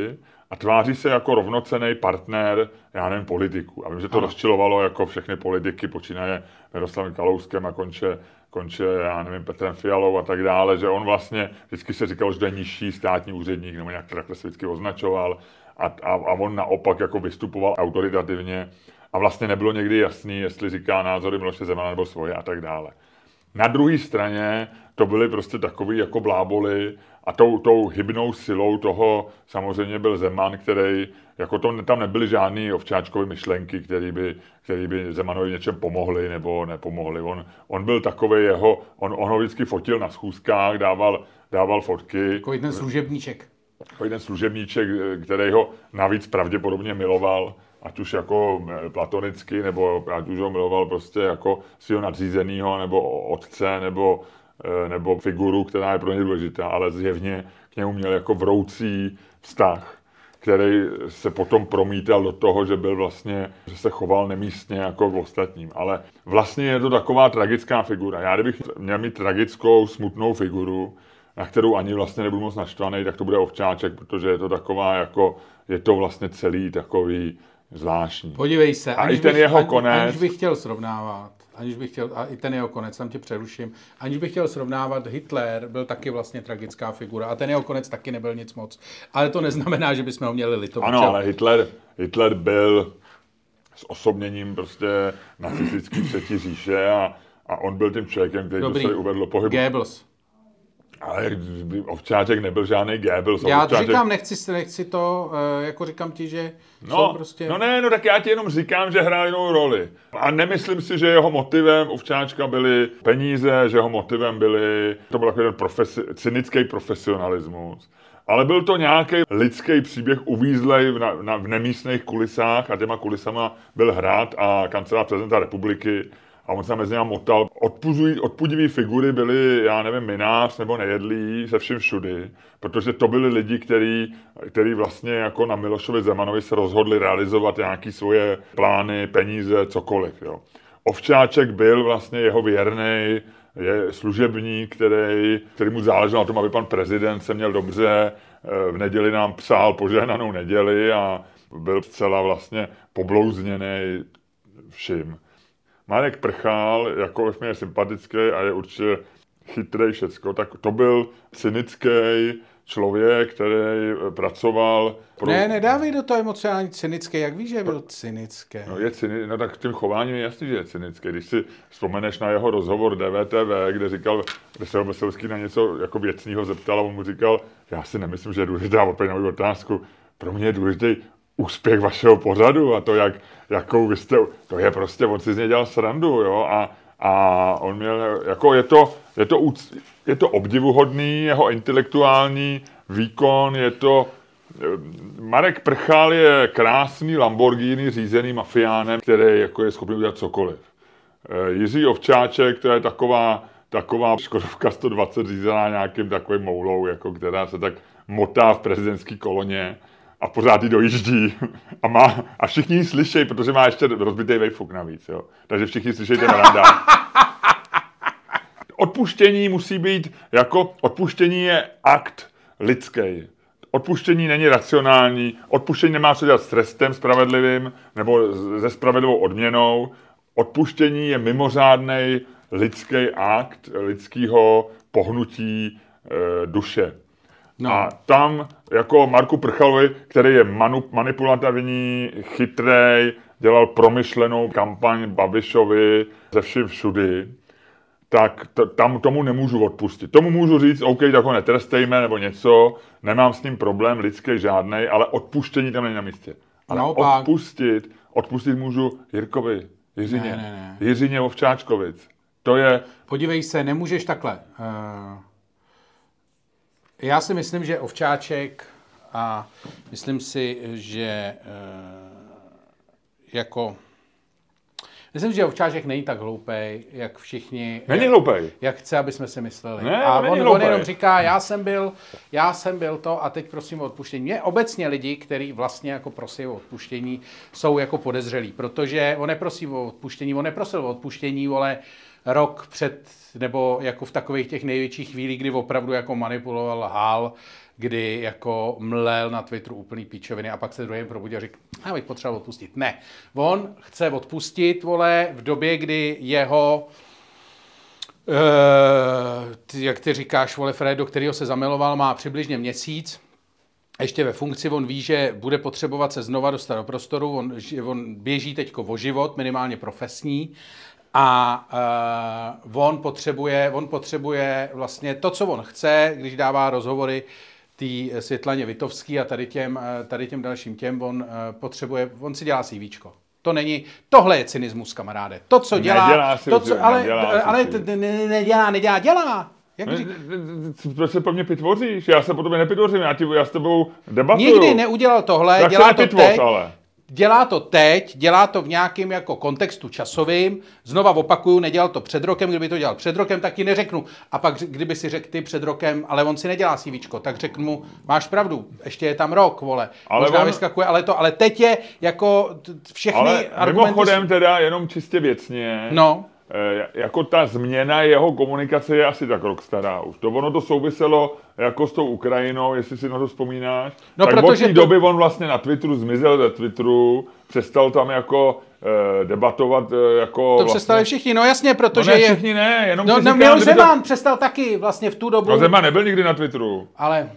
a tváří se jako rovnocenný partner, já nevím, politiků. A vím, že to ano. rozčilovalo jako všechny politiky, počínaje Miroslavem Kalouskem a konče, konče, já nevím, Petrem Fialou a tak dále, že on vlastně, vždycky se říkalo, že to je nižší státní úředník, nebo nějak takhle se vždycky označoval a, a, a on naopak jako vystupoval autoritativně a vlastně nebylo někdy jasný, jestli říká názory Miloše Zemana nebo svoje a tak dále. Na druhé straně to byly prostě takový jako bláboli a tou, tou hybnou silou toho samozřejmě byl Zeman, který, jako to, tam nebyly žádný Ovčáčkovy myšlenky, který by, který by Zemanovi něčem pomohli nebo nepomohli. On, on byl takový jeho, on, on ho vždycky fotil na schůzkách, dával, dával fotky. Jako jeden služebníček. Jako jeden služebníček, který ho navíc pravděpodobně miloval, ať už jako platonicky, nebo ať už ho miloval prostě jako svého nadřízenýho, nebo otce, nebo, nebo figuru, která je pro něj důležitá, ale zjevně k němu měl jako vroucí vztah, který se potom promítal do toho, že byl vlastně, že se choval nemístně jako k ostatním. Ale vlastně je to taková tragická figura. Já kdybych měl mít tragickou, smutnou figuru, na kterou ani vlastně nebudu moc naštvaný, tak to bude Ovčáček, protože je to taková jako, je to vlastně celý takový zvláštní. Podívej se, a aniž, i ten bych, jeho ani, konec, aniž bych chtěl srovnávat, aniž bych chtěl, a i ten jeho konec, tam tě přeruším, aniž bych chtěl srovnávat, Hitler byl taky vlastně tragická figura a ten jeho konec taky nebyl nic moc. Ale to neznamená, že bychom ho měli litovat. Ano, ale Hitler, Hitler byl s osobněním prostě nacistický třetí říše a, a on byl tím člověkem, který Dobrý. to se uvedlo pohybu. Goebbels. Ale Ovčáček nebyl žádný Goebbels. Já Ovčáček... říkám, nechci, nechci to, jako říkám ti, že no, jsou prostě... No ne, no tak já ti jenom říkám, že hrál jinou roli. A nemyslím si, že jeho motivem Ovčáčka byly peníze, že jeho motivem byly, to byl takový ten profesi, cynický profesionalismus. Ale byl to nějaký lidský příběh uvízlej v, na, na, v nemístných kulisách a těma kulisama byl Hrad a kancelář prezidenta republiky. A on se mezi něma motal. Odpudivý figury byly, já nevím, Minář nebo Nejedlý, se vším všudy, protože to byli lidi, který, který vlastně jako na Milošovi Zemanovi se rozhodli realizovat nějaké svoje plány, peníze, cokoliv. Jo. Ovčáček byl vlastně jeho věrný, je služebník, který, který mu záleželo na tom, aby pan prezident se měl dobře, v neděli nám psal požehnanou neděli a byl zcela vlastně poblouzněný vším. Marek Prchal, jakkoliv mi je sympatický a je určitě chytrý všecko, tak to byl cynický člověk, který pracoval... Pro... Ne, nedávej do toho emocionální cynický, jak víš, že byl cynický? No, je cyni... no tak tím chováním je jasný, že je cynický. Když si vzpomeneš na jeho rozhovor D V T V, kde říkal, kde se ho Veselský na něco jako věcného zeptal a on mu říkal, já si nemyslím, že je důležitá odpověď na mou otázku, pro mě je důležitý úspěch vašeho pořadu a to, jak, jakou vy jste, to je prostě, on si z něj dělal srandu, jo, a, a on měl, jako je to, je to, je to obdivuhodný, jeho intelektuální výkon, je to, Marek Prchal je krásný Lamborghini řízený mafiánem, který jako je schopný udělat cokoliv. Jiří Ovčáček, to je taková, taková Škodovka sto dvacet řízená nějakým takovým moulou, jako která se tak motá v prezidentské koloně a pořád jí dojíždí a, má, a všichni ji slyšejí, protože má ještě rozbitý vejfuk navíc, jo. Takže všichni slyšejí ten randál. Odpuštění musí být, jako odpuštění je akt lidský. Odpuštění není racionální, odpuštění nemá co dělat s trestem spravedlivým nebo se spravedlivou odměnou. Odpuštění je mimořádný lidský akt lidského pohnutí e, duše. No. A tam jako Marku Prchalovi, který je manu, manipulativní, chytrej, dělal promyšlenou kampaň Babišovi ze vším všudy, tak t- tam tomu nemůžu odpustit. Tomu můžu říct, OK, tak ho netrestejme nebo něco, nemám s ním problém lidský žádnej, ale odpuštění tam není na místě. Ale Naopak. odpustit, odpustit můžu Jirkovi, Jiřině, ne, ne, ne. Jiřině Ovčáčkovic. To je... Podívej se, nemůžeš takhle. Uh... Já si myslím, že Ovčáček a myslím si, že uh, jako... Myslím, že Ovčáček není tak hloupej, jak všichni... Není jak, hloupej. Jak chce, aby jsme si mysleli. Ne, a není on, hloupej. on jenom říká, já jsem byl, já jsem byl to a teď prosím o odpuštění. Mě obecně lidi, kteří vlastně jako prosí o odpuštění, jsou jako podezřelí, protože on neprosí o odpuštění, on neprosil o odpuštění, ale rok před, nebo jako v takových těch největších chvílích, kdy opravdu jako manipuloval, lhal, kdy jako mlel na Twitteru úplný píčoviny a pak se druhým probudil a řekl, já bych potřeboval odpustit. Ne, on chce odpustit, vole, v době, kdy jeho, uh, ty, jak ty říkáš, vole, Fred, do kterého se zamiloval, má přibližně měsíc, ještě ve funkci, on ví, že bude potřebovat se znova dostat do prostoru, on, on běží teďko o život, minimálně profesní, a uh, on potřebuje, on potřebuje vlastně to, co on chce, když dává rozhovory té Světlaně Vitovský a tady těm, tady těm dalším těm, on uh, potřebuje, on si dělá CVčko. To není, tohle je cynismus, kamaráde. To, co dělá, nedělá si, to, co, ale, nedělá ale ne, ne, nedělá, nedělá, dělá. Jak ne, proč se po mně pitvoříš? Já se po tobě nepitvořím, já, ti, já s tebou debatuju. Nikdy neudělal tohle, tak dělá to teď. Ale. Dělá to teď, dělá to v nějakém jako kontextu časovým. Znova opakuju, nedělal to před rokem, kdyby to dělal před rokem, tak ti neřeknu. A pak, kdyby si řekl ty před rokem, ale on si nedělá CVčko, tak řeknu mu, máš pravdu, ještě je tam rok, vole. Ale možná on... vyskakuje, ale to, ale teď je jako všechny ale argumenty... mimochodem teda jenom čistě věcně. No. Jako ta změna jeho komunikace je asi tak rok stará už. To ono to souviselo jako s tou Ukrajinou, jestli si na to vzpomínáš. No, tak protože od té doby on vlastně na Twitteru zmizel ze Twitteru, přestal tam jako eh, debatovat eh, jako... To vlastně... přestali všichni, no jasně, protože no ne, je... všichni ne, jenom no, si no, říkám, Miloš Zeman to... přestal taky vlastně v tu dobu. No Zeman nebyl nikdy na Twitteru. Ale...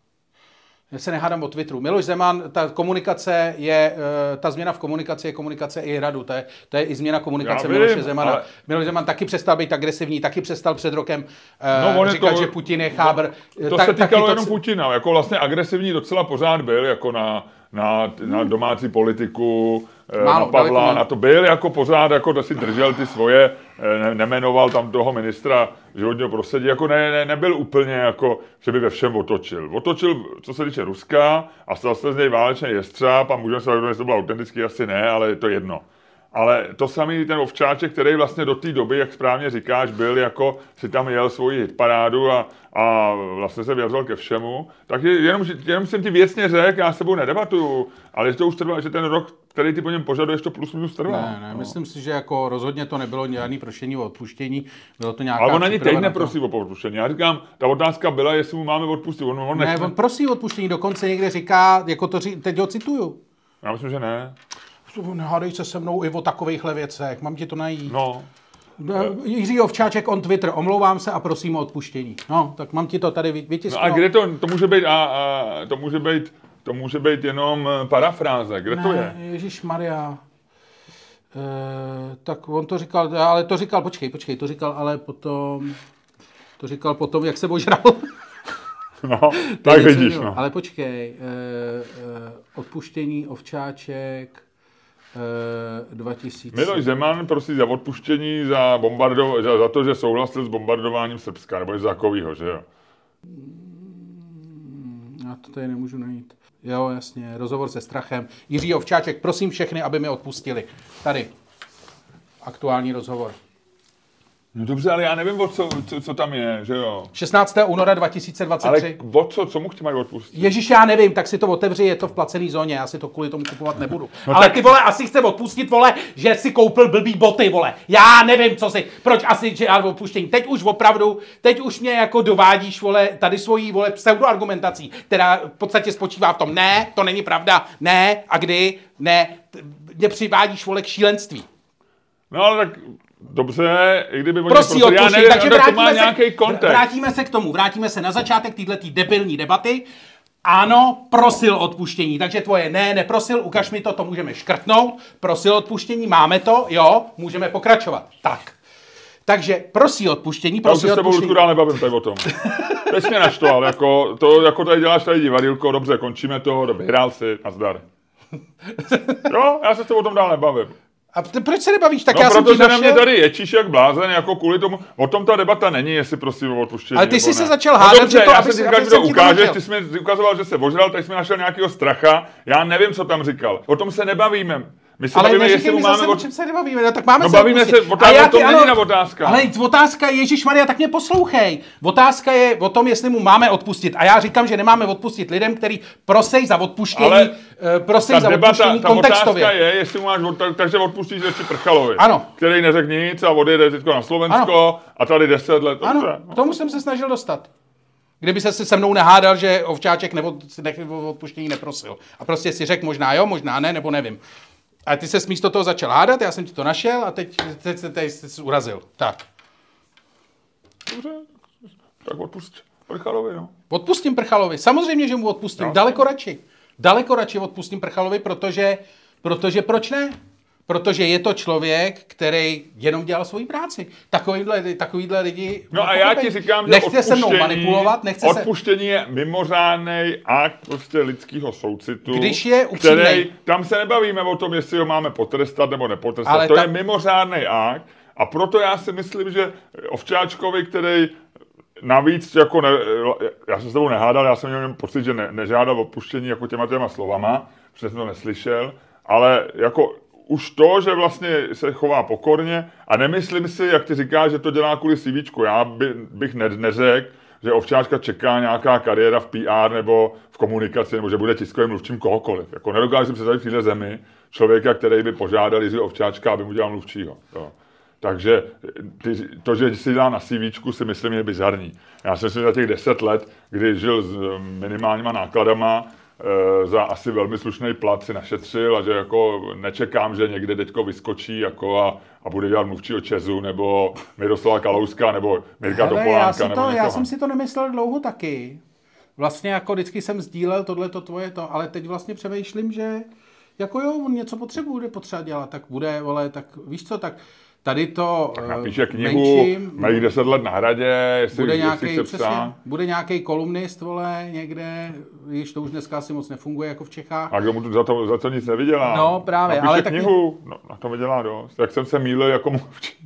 Já se nehádám o Twitteru. Miloš Zeman, ta komunikace je, ta změna v komunikaci je komunikace i Hradu. To je, to je i změna komunikace vím, Miloše Zemana. Ale... Miloš Zeman taky přestal být agresivní, taky přestal před rokem no, uh, říkat, to, že Putin je chábr. No, to tak, se týkalo to, jenom Putina. Jako vlastně agresivní docela pořád byl, jako na, na, na domácí politiku, Málo, na Pavla, na to byl jako pořád, jako to si držel ty svoje, ne, nemenoval tam toho ministra životního prostředí, jako ne, ne, nebyl úplně jako, že by ve všem otočil. Otočil, co se týče Ruska a stal se z něj válečný jestřáb a můžeme se říct, jestli to bylo autentický, asi ne, ale je to jedno. Ale to samý ten Ovčáček, který vlastně do té doby, jak správně říkáš, byl jako, si tam jel svoji hitparádu a, a vlastně se vyjadřoval ke všemu, tak jenom, jenom jsem ti věcně řekl, já s tebou nedebatuju, ale že to už trvá, že ten rok, který ty po něm požaduješ, to plus minus trvá. Ne, ne, no. Myslím si, že jako rozhodně to nebylo žádný prošení o odpuštění, bylo to nějaká... Ale on ani teď neprosí o odpuštění. Já říkám, ta otázka byla, jestli mu máme odpustit. On, on ne, nechme... on prosí o odpuštění, dokonce někde říká, jako to ří, teď ho cituju. Já myslím, že ne. Nehádej se se mnou i o takovýchhle věcech, mám ti to najít. No. Jiří Ovčáček on Twitter, omlouvám se a prosím o odpuštění. No, tak mám ti to tady vytisknout. No a kde to, to může být, a, a to může být, to může být jenom parafráze, kde ne, to je? Ježišmarja. E, tak on to říkal, ale to říkal, počkej, počkej, to říkal, ale potom, to říkal potom, jak se ožral. No, tak vidíš, no. Ale počkej, e, e, odpuštění Ovčáček, dva tisíce. Miloš Zeman prosí za odpuštění za, bombardo- za, za to, že souhlasil s bombardováním Srbska, nebo něco takového, že jo? Já to tady nemůžu najít. Jo, jasně, rozhovor se Strachem. Jiří Ovčáček, prosím všechny, aby mi odpustili. Tady, aktuální rozhovor. No dobře, ale já nevím, o co, co, co tam je, že jo? šestnáctého února dva tisíce dvacet tři. Ale o co, co mu chci mají odpustit? Ježíš, já nevím, tak si to otevři, je to v placený zóně, já si to kvůli tomu kupovat nebudu. No ale tak... ty vole, asi chce odpustit, vole, že si koupil blbý boty, vole. Já nevím, co si, proč asi, že já odpuštění. Teď už opravdu, teď už mě jako dovádíš, vole, tady svojí, vole, pseudoargumentací, která v podstatě spočívá v tom, ne, to není pravda, ne, a kdy, ne, mě přivádíš, vole, k šílenství. No ale tak... Dobře, i kdyby oni prosí prostě, já nevím, takže to má nějaký kontext. Vrátíme se k tomu, vrátíme se na začátek této debilní debaty. Ano, prosil odpuštění, takže tvoje ne, neprosil, ukaž mi to, to můžeme škrtnout. Prosil odpuštění, máme to, jo, můžeme pokračovat. Tak. Takže prosí odpuštění, prosí já odpuštění. Já už se s tebou nebavím tady o tom. Teď mě naštval, jako, to, jako tady děláš tady divadýlko, dobře, končíme to, dobře, hrál si, nazdar. Jo, já se s tebou o tom dál nebavím. A ty, proč se nebavíš? Tak no, já jsem ti protože našel... na mě tady ječíš jak blázen, jako kvůli tomu, o tom ta debata není, jestli prosím o odpuštění. Ale ty jsi ne. se začal hádat, no, dobře, že to, já aby jsem si, říkal, že to ukážeš, ty jsi mi ukazoval, že se ožral, tak jsi mi našel nějakého stracha, já nevím, co tam říkal. O tom se nebavíme. My se ale bavíme, neříkej jestli mi mu máme... zase, od... o čem se nebavíme, no, tak máme no se bavíme odpustit. se, otázka, to není na otázka. Ale otázka je, ježišmarja, tak mě poslouchej. Otázka je o tom, jestli mu máme odpustit. A já říkám, že nemáme odpustit lidem, kteří prosej za odpuštění, ale prosej za debata, odpuštění ta kontextově. otázka je, jestli mu máš, od, takže odpustíš radši Prchalovi, ano. který neřekl nic a odjede teďko na Slovensko ano. a tady deset let. Ano, dobře, no. tomu jsem se snažil dostat. Kdyby se se mnou nehádal, že Ovčáček nebo odpuštění neprosil. A prostě si řekl možná jo, možná ne, nebo nevím. A ty se místo toho začal hádat, já jsem ti to našel a teď, teď, teď, teď jsi se urazil. Tak. Dobře, tak odpust Prchalovi, no. Odpustím Prchalovi, samozřejmě, že mu odpustím. No. Daleko radši. Daleko radši odpustím Prchalovi, protože, protože proč ne? Protože je to člověk, který jenom dělal svoji práci. Takovýhle, takovýhle lidi... No a já ti říkám, že nechce se mnou manipulovat, nechce odpuštění se... je mimořádný akt prostě lidského soucitu, když je upřímnej. Který, tam se nebavíme o tom, jestli ho máme potrestat nebo nepotrestat. Ale to tam... je mimořádný akt a proto já si myslím, že Ovčáčkovi, který navíc jako... Ne, já jsem s tebou nehádal, já jsem měl pocit, že ne, nežádal odpuštění jako těma těma slovama, protože jsem to neslyšel, ale jako... Už to, že vlastně se chová pokorně a nemyslím si, jak ty říkáš, že to dělá kvůli CVčku. Já by, bych ne, neřekl, že Ovčáčka čeká nějaká kariéra v P R nebo v komunikaci, nebo že bude tiskovým mluvčím kohokoliv. Jako nedokážu si představit v této zemi člověka, který by požádal Jiřího Ovčáčka, aby mu dělal mluvčího. Jo. Takže ty, to, že si dá na CVčku, si myslím, je bizarní. Já jsem si za těch deset let, kdy žil s minimálníma nákladama, za asi velmi slušný plat si našetřil a že jako nečekám, že někde teďko vyskočí jako a, a bude dělat mluvčího Česu nebo Miroslava Kalouska nebo Mirka Topolánka. Já, si nebo to, já jsem si to nemyslel dlouho taky. Vlastně jako vždycky jsem sdílel tohleto tvoje to, ale teď vlastně přemýšlím, že jako jo, on něco potřebuje, bude potřeba dělat, tak bude, vole, tak víš co, tak tady to tak napíše knihu, mají deset let na Hradě, jestli, bude jestli nějaký, chce psát. Bude nějaký kolumnist, vole, někde, když to už dneska asi moc nefunguje jako v Čechách. A kdo mu za to, za to nic nevydělá. No právě, napíše ale knihu, taky... no, na to vydělá dost. Jak jsem se mýlil jako mluvčí.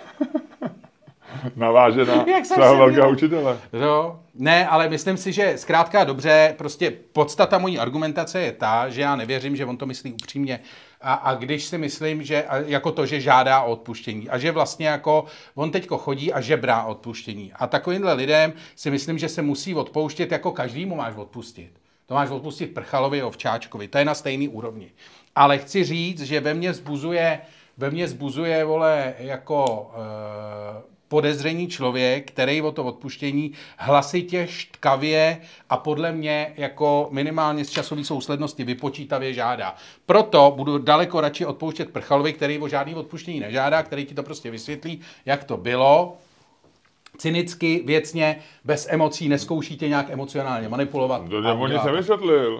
Naváže na svého velkého učitele. No, ne, ale myslím si, že zkrátka dobře, prostě podstata mojí argumentace je ta, že já nevěřím, že on to myslí upřímně. A, a když si myslím, že jako to, že žádá o odpuštění a že vlastně jako on teďko chodí a žebrá o odpuštění. A takovýmhle lidem si myslím, že se musí odpouštět, jako každému máš odpustit. To máš odpustit Prchalovi, Ovčáčkovi, to je na stejný úrovni. Ale chci říct, že ve mně zbuzuje, ve mně zbuzuje, vole, jako... E, podezření člověk, který o to odpuštění hlasitě, štkavě a podle mě jako minimálně z časové souslednosti vypočítavě žádá. Proto budu daleko radši odpouštět Prchalovi, který o žádný odpuštění nežádá, který ti to prostě vysvětlí, jak to bylo. Cynicky, věcně, bez emocí, neskouší tě nějak emocionálně manipulovat. To on nic nevysvětlil.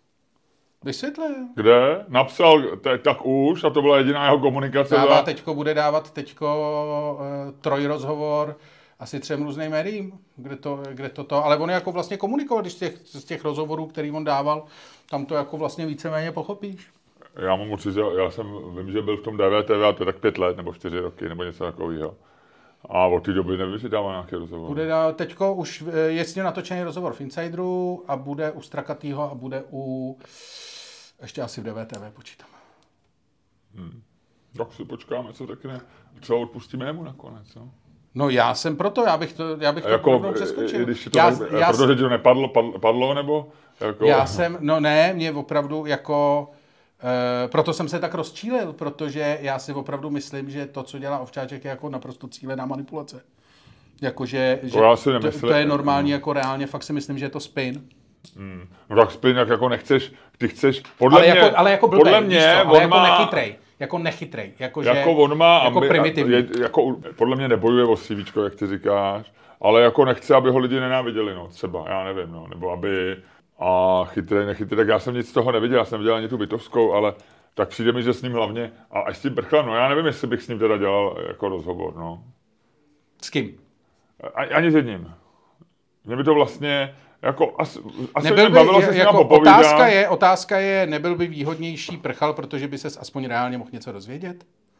Vysvětlil. Kde? Napsal, te, tak už, a to byla jediná jeho komunikace. Dává za... teďko, bude dávat teďko uh, trojrozhovor asi třem různým médiím, kde to, kde to, to, ale on jako vlastně komunikoval, když z těch, z těch rozhovorů, který on dával, tam to jako vlastně víceméně pochopíš. Já mám určitě, já jsem, vím, že byl v tom D V T V, a to je tak pět let, nebo čtyři roky, nebo něco takového. A od té doby nevím, že dává nějaký rozhovor. Bude dá, teďko už je s ním natočený rozhovor v Insideru a bude u Strakatýho a bude u... Ještě asi v D V T V počítám. Hmm. Tak si počkáme, co řekne. Co odpustíme jemu nakonec, no? No já jsem proto, já bych to, já bych to jako, přeskočil. Když to já, tak, já, protože to nepadlo, padlo, padlo nebo? Jako... Já jsem, no ne, mě opravdu jako... E, proto jsem se tak rozčílil, protože já si opravdu myslím, že to, co dělá Ovčáček, je jako naprosto cílená manipulace. Jakože, že to, to, to je normální, jako reálně, fakt si myslím, že je to spin. Hmm. No tak spin, jak jako nechceš, ty chceš, podle ale mě, jako, ale jako blbej, podle mě, co, ale on jako má, nechytrej, jako nechytrej, jako, jako že, on má, jako ambi, primitivní. Je, jako, podle mě nebojuje o CVčko, jak ty říkáš, ale jako nechce, aby ho lidi nenáviděli, no, třeba, já nevím, no, nebo aby, a chytrej, nechytrej, tak já jsem nic z toho neviděl, já jsem viděl ani tu Bytovskou, ale tak přijde mi, že s ním hlavně, a až s tím Prchlem, no já nevím, jestli bych s ním teda dělal jako rozhovor, no. S kým? A, ani s jedním. Mě by to vlastně, jako, asi, asi nebyl by, bavilo se jako s ním popovídat. Otázka je, otázka je, nebyl by výhodnější Prchal, protože by ses aspoň reálně mohl něco dozvědět?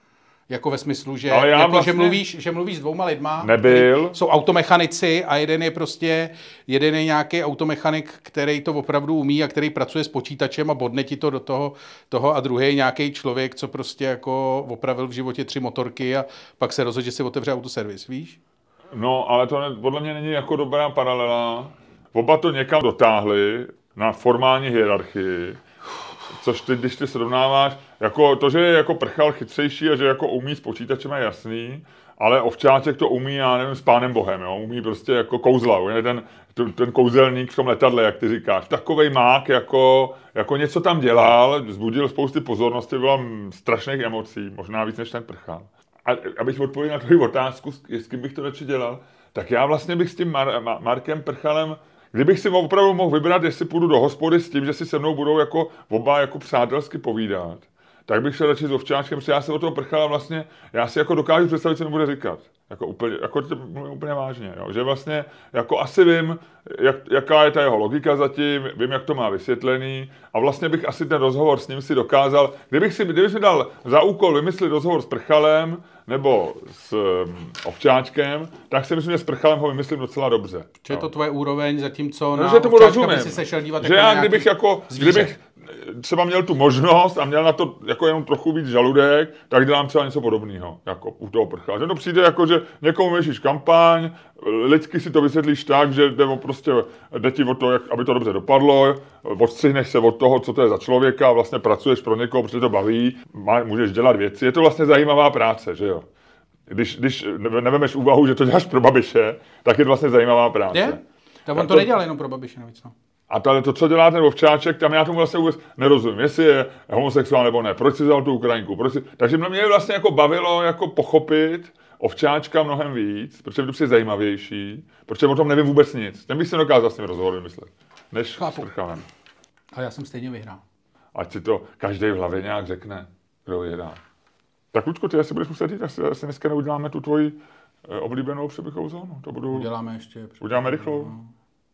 Jako ve smyslu, že, Ale já jako, vlastně... že, mluvíš, že mluvíš s dvouma lidma, Nebyl. Jsou automechanici a jeden je prostě, jeden je nějaký automechanik, který to opravdu umí a který pracuje s počítačem a bodne ti to do toho, toho a druhý je nějaký člověk, co prostě jako opravil v životě tři motorky a pak se rozhodl, že si otevře autoservis, víš? No, ale to ne, podle mě není jako dobrá paralela. Oba to někam dotáhli na formální hierarchii, což ty, když ty srovnáváš, jako to, že je jako prchal chytřejší a že jako umí s počítačem, je jasný, ale Ovčáček to umí, já nevím, s Pánem Bohem, jo? Umí prostě jako kouzla, je ten, ten kouzelník v tom letadle, jak ty říkáš. Takovej mák, jako, jako něco tam dělal, vzbudil spousty pozornosti, bylo strašných emocí, možná víc než ten prchal. A abych odpověděl na tvoji otázku, s kým bych to radši dělal, tak já vlastně bych s tím Mar- Mar- Markem Prchalem, kdybych si opravdu mohl vybrat, jestli půjdu do hospody s tím, že si se mnou budou jako oba jako přátelsky povídat, tak bych se radši s Ovčáčkem, protože já se o toho Prchala vlastně, já si jako dokážu představit, co mi bude říkat. Jako úplně, jako to mluvím úplně vážně, jo? Že vlastně jako asi vím, jak, jaká je ta jeho logika zatím, vím, jak to má vysvětlený a vlastně bych asi ten rozhovor s ním si dokázal, kdybych si, kdybych mi dal za úkol vymyslet rozhovor s Prchalem nebo s um, Ovčáčkem, tak si myslím, že s Prchalem ho vymyslím docela dobře. Že je to tvoje úroveň, zatímco no, na že tomu Ovčáčka rozumím. by si se šel dívat že jako já kdybych jako, zvíře. kdybych třeba měl tu možnost a měl na to jako jenom trochu víc žaludek, tak dělám třeba něco podobného, jako u toho Prchala. Že to přijde jako, že někomu vyšíš kampaň, lidsky si to vysvětlíš tak, že jde, prostě, jde ti o to, jak, aby to dobře dopadlo, odstřihneš se od toho, co to je za člověka, vlastně pracuješ pro někoho, protože to baví, můžeš dělat věci. Je to vlastně zajímavá práce, že jo? Když, když nevemeš úvahu, že to děláš pro Babiše, tak je to vlastně zajímavá práce. Je? Tak on to, to nedělal jenom pro Babiše navíc, no. A tady to, co dělá ten Ovčáček, tam já tomu vlastně vůbec nerozumím, jestli je homosexuál nebo ne, proč si vzal tu Ukrajinku, proč si... Takže mě vlastně jako bavilo jako pochopit Ovčáčka mnohem víc, protože je to prostě zajímavější, protože o tom nevím vůbec nic. Ten bych si dokázal s tím rozhovor vymyslet, než s Prchalem. A já jsem stejně vyhrál. Ať si to každý v hlavě nějak řekne, kdo vyhrál. Tak Lučko, ty asi budeš muset jít, asi, asi dneska neuděláme tu tvoji eh, oblíbenou přebychovou zónu. To budu... Uděláme ještě. Uděláme rychlou. No.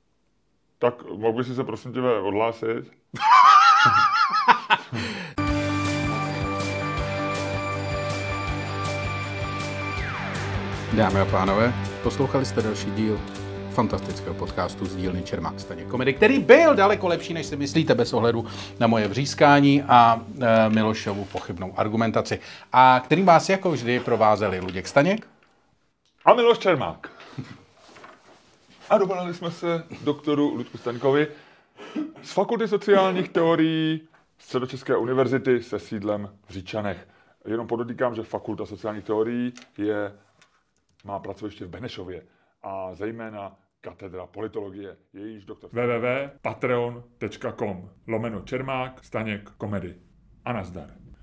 Tak mohl bys si se prosím tě odhlásit? Dámy a pánové, poslouchali jste další díl fantastického podcastu z dílny Čermák Staněk Komedy, který byl daleko lepší, než si myslíte, bez ohledu na moje vřískání a e, Milošovu pochybnou argumentaci. A kterým vás jako vždy provázeli Luděk Staněk a Miloš Čermák. A dovolali jsme se doktoru Ludku Staňkovi z Fakulty sociálních teorií Středočeské univerzity se sídlem v Říčanech. Jenom podotýkám, že Fakulta sociálních teorií je, má pracoviště v Benešově a zejména katedra politologie. Jejíž doktor... w w w tečka patreon tečka com lomeno Čermák Staněk Komedy. A nazdar.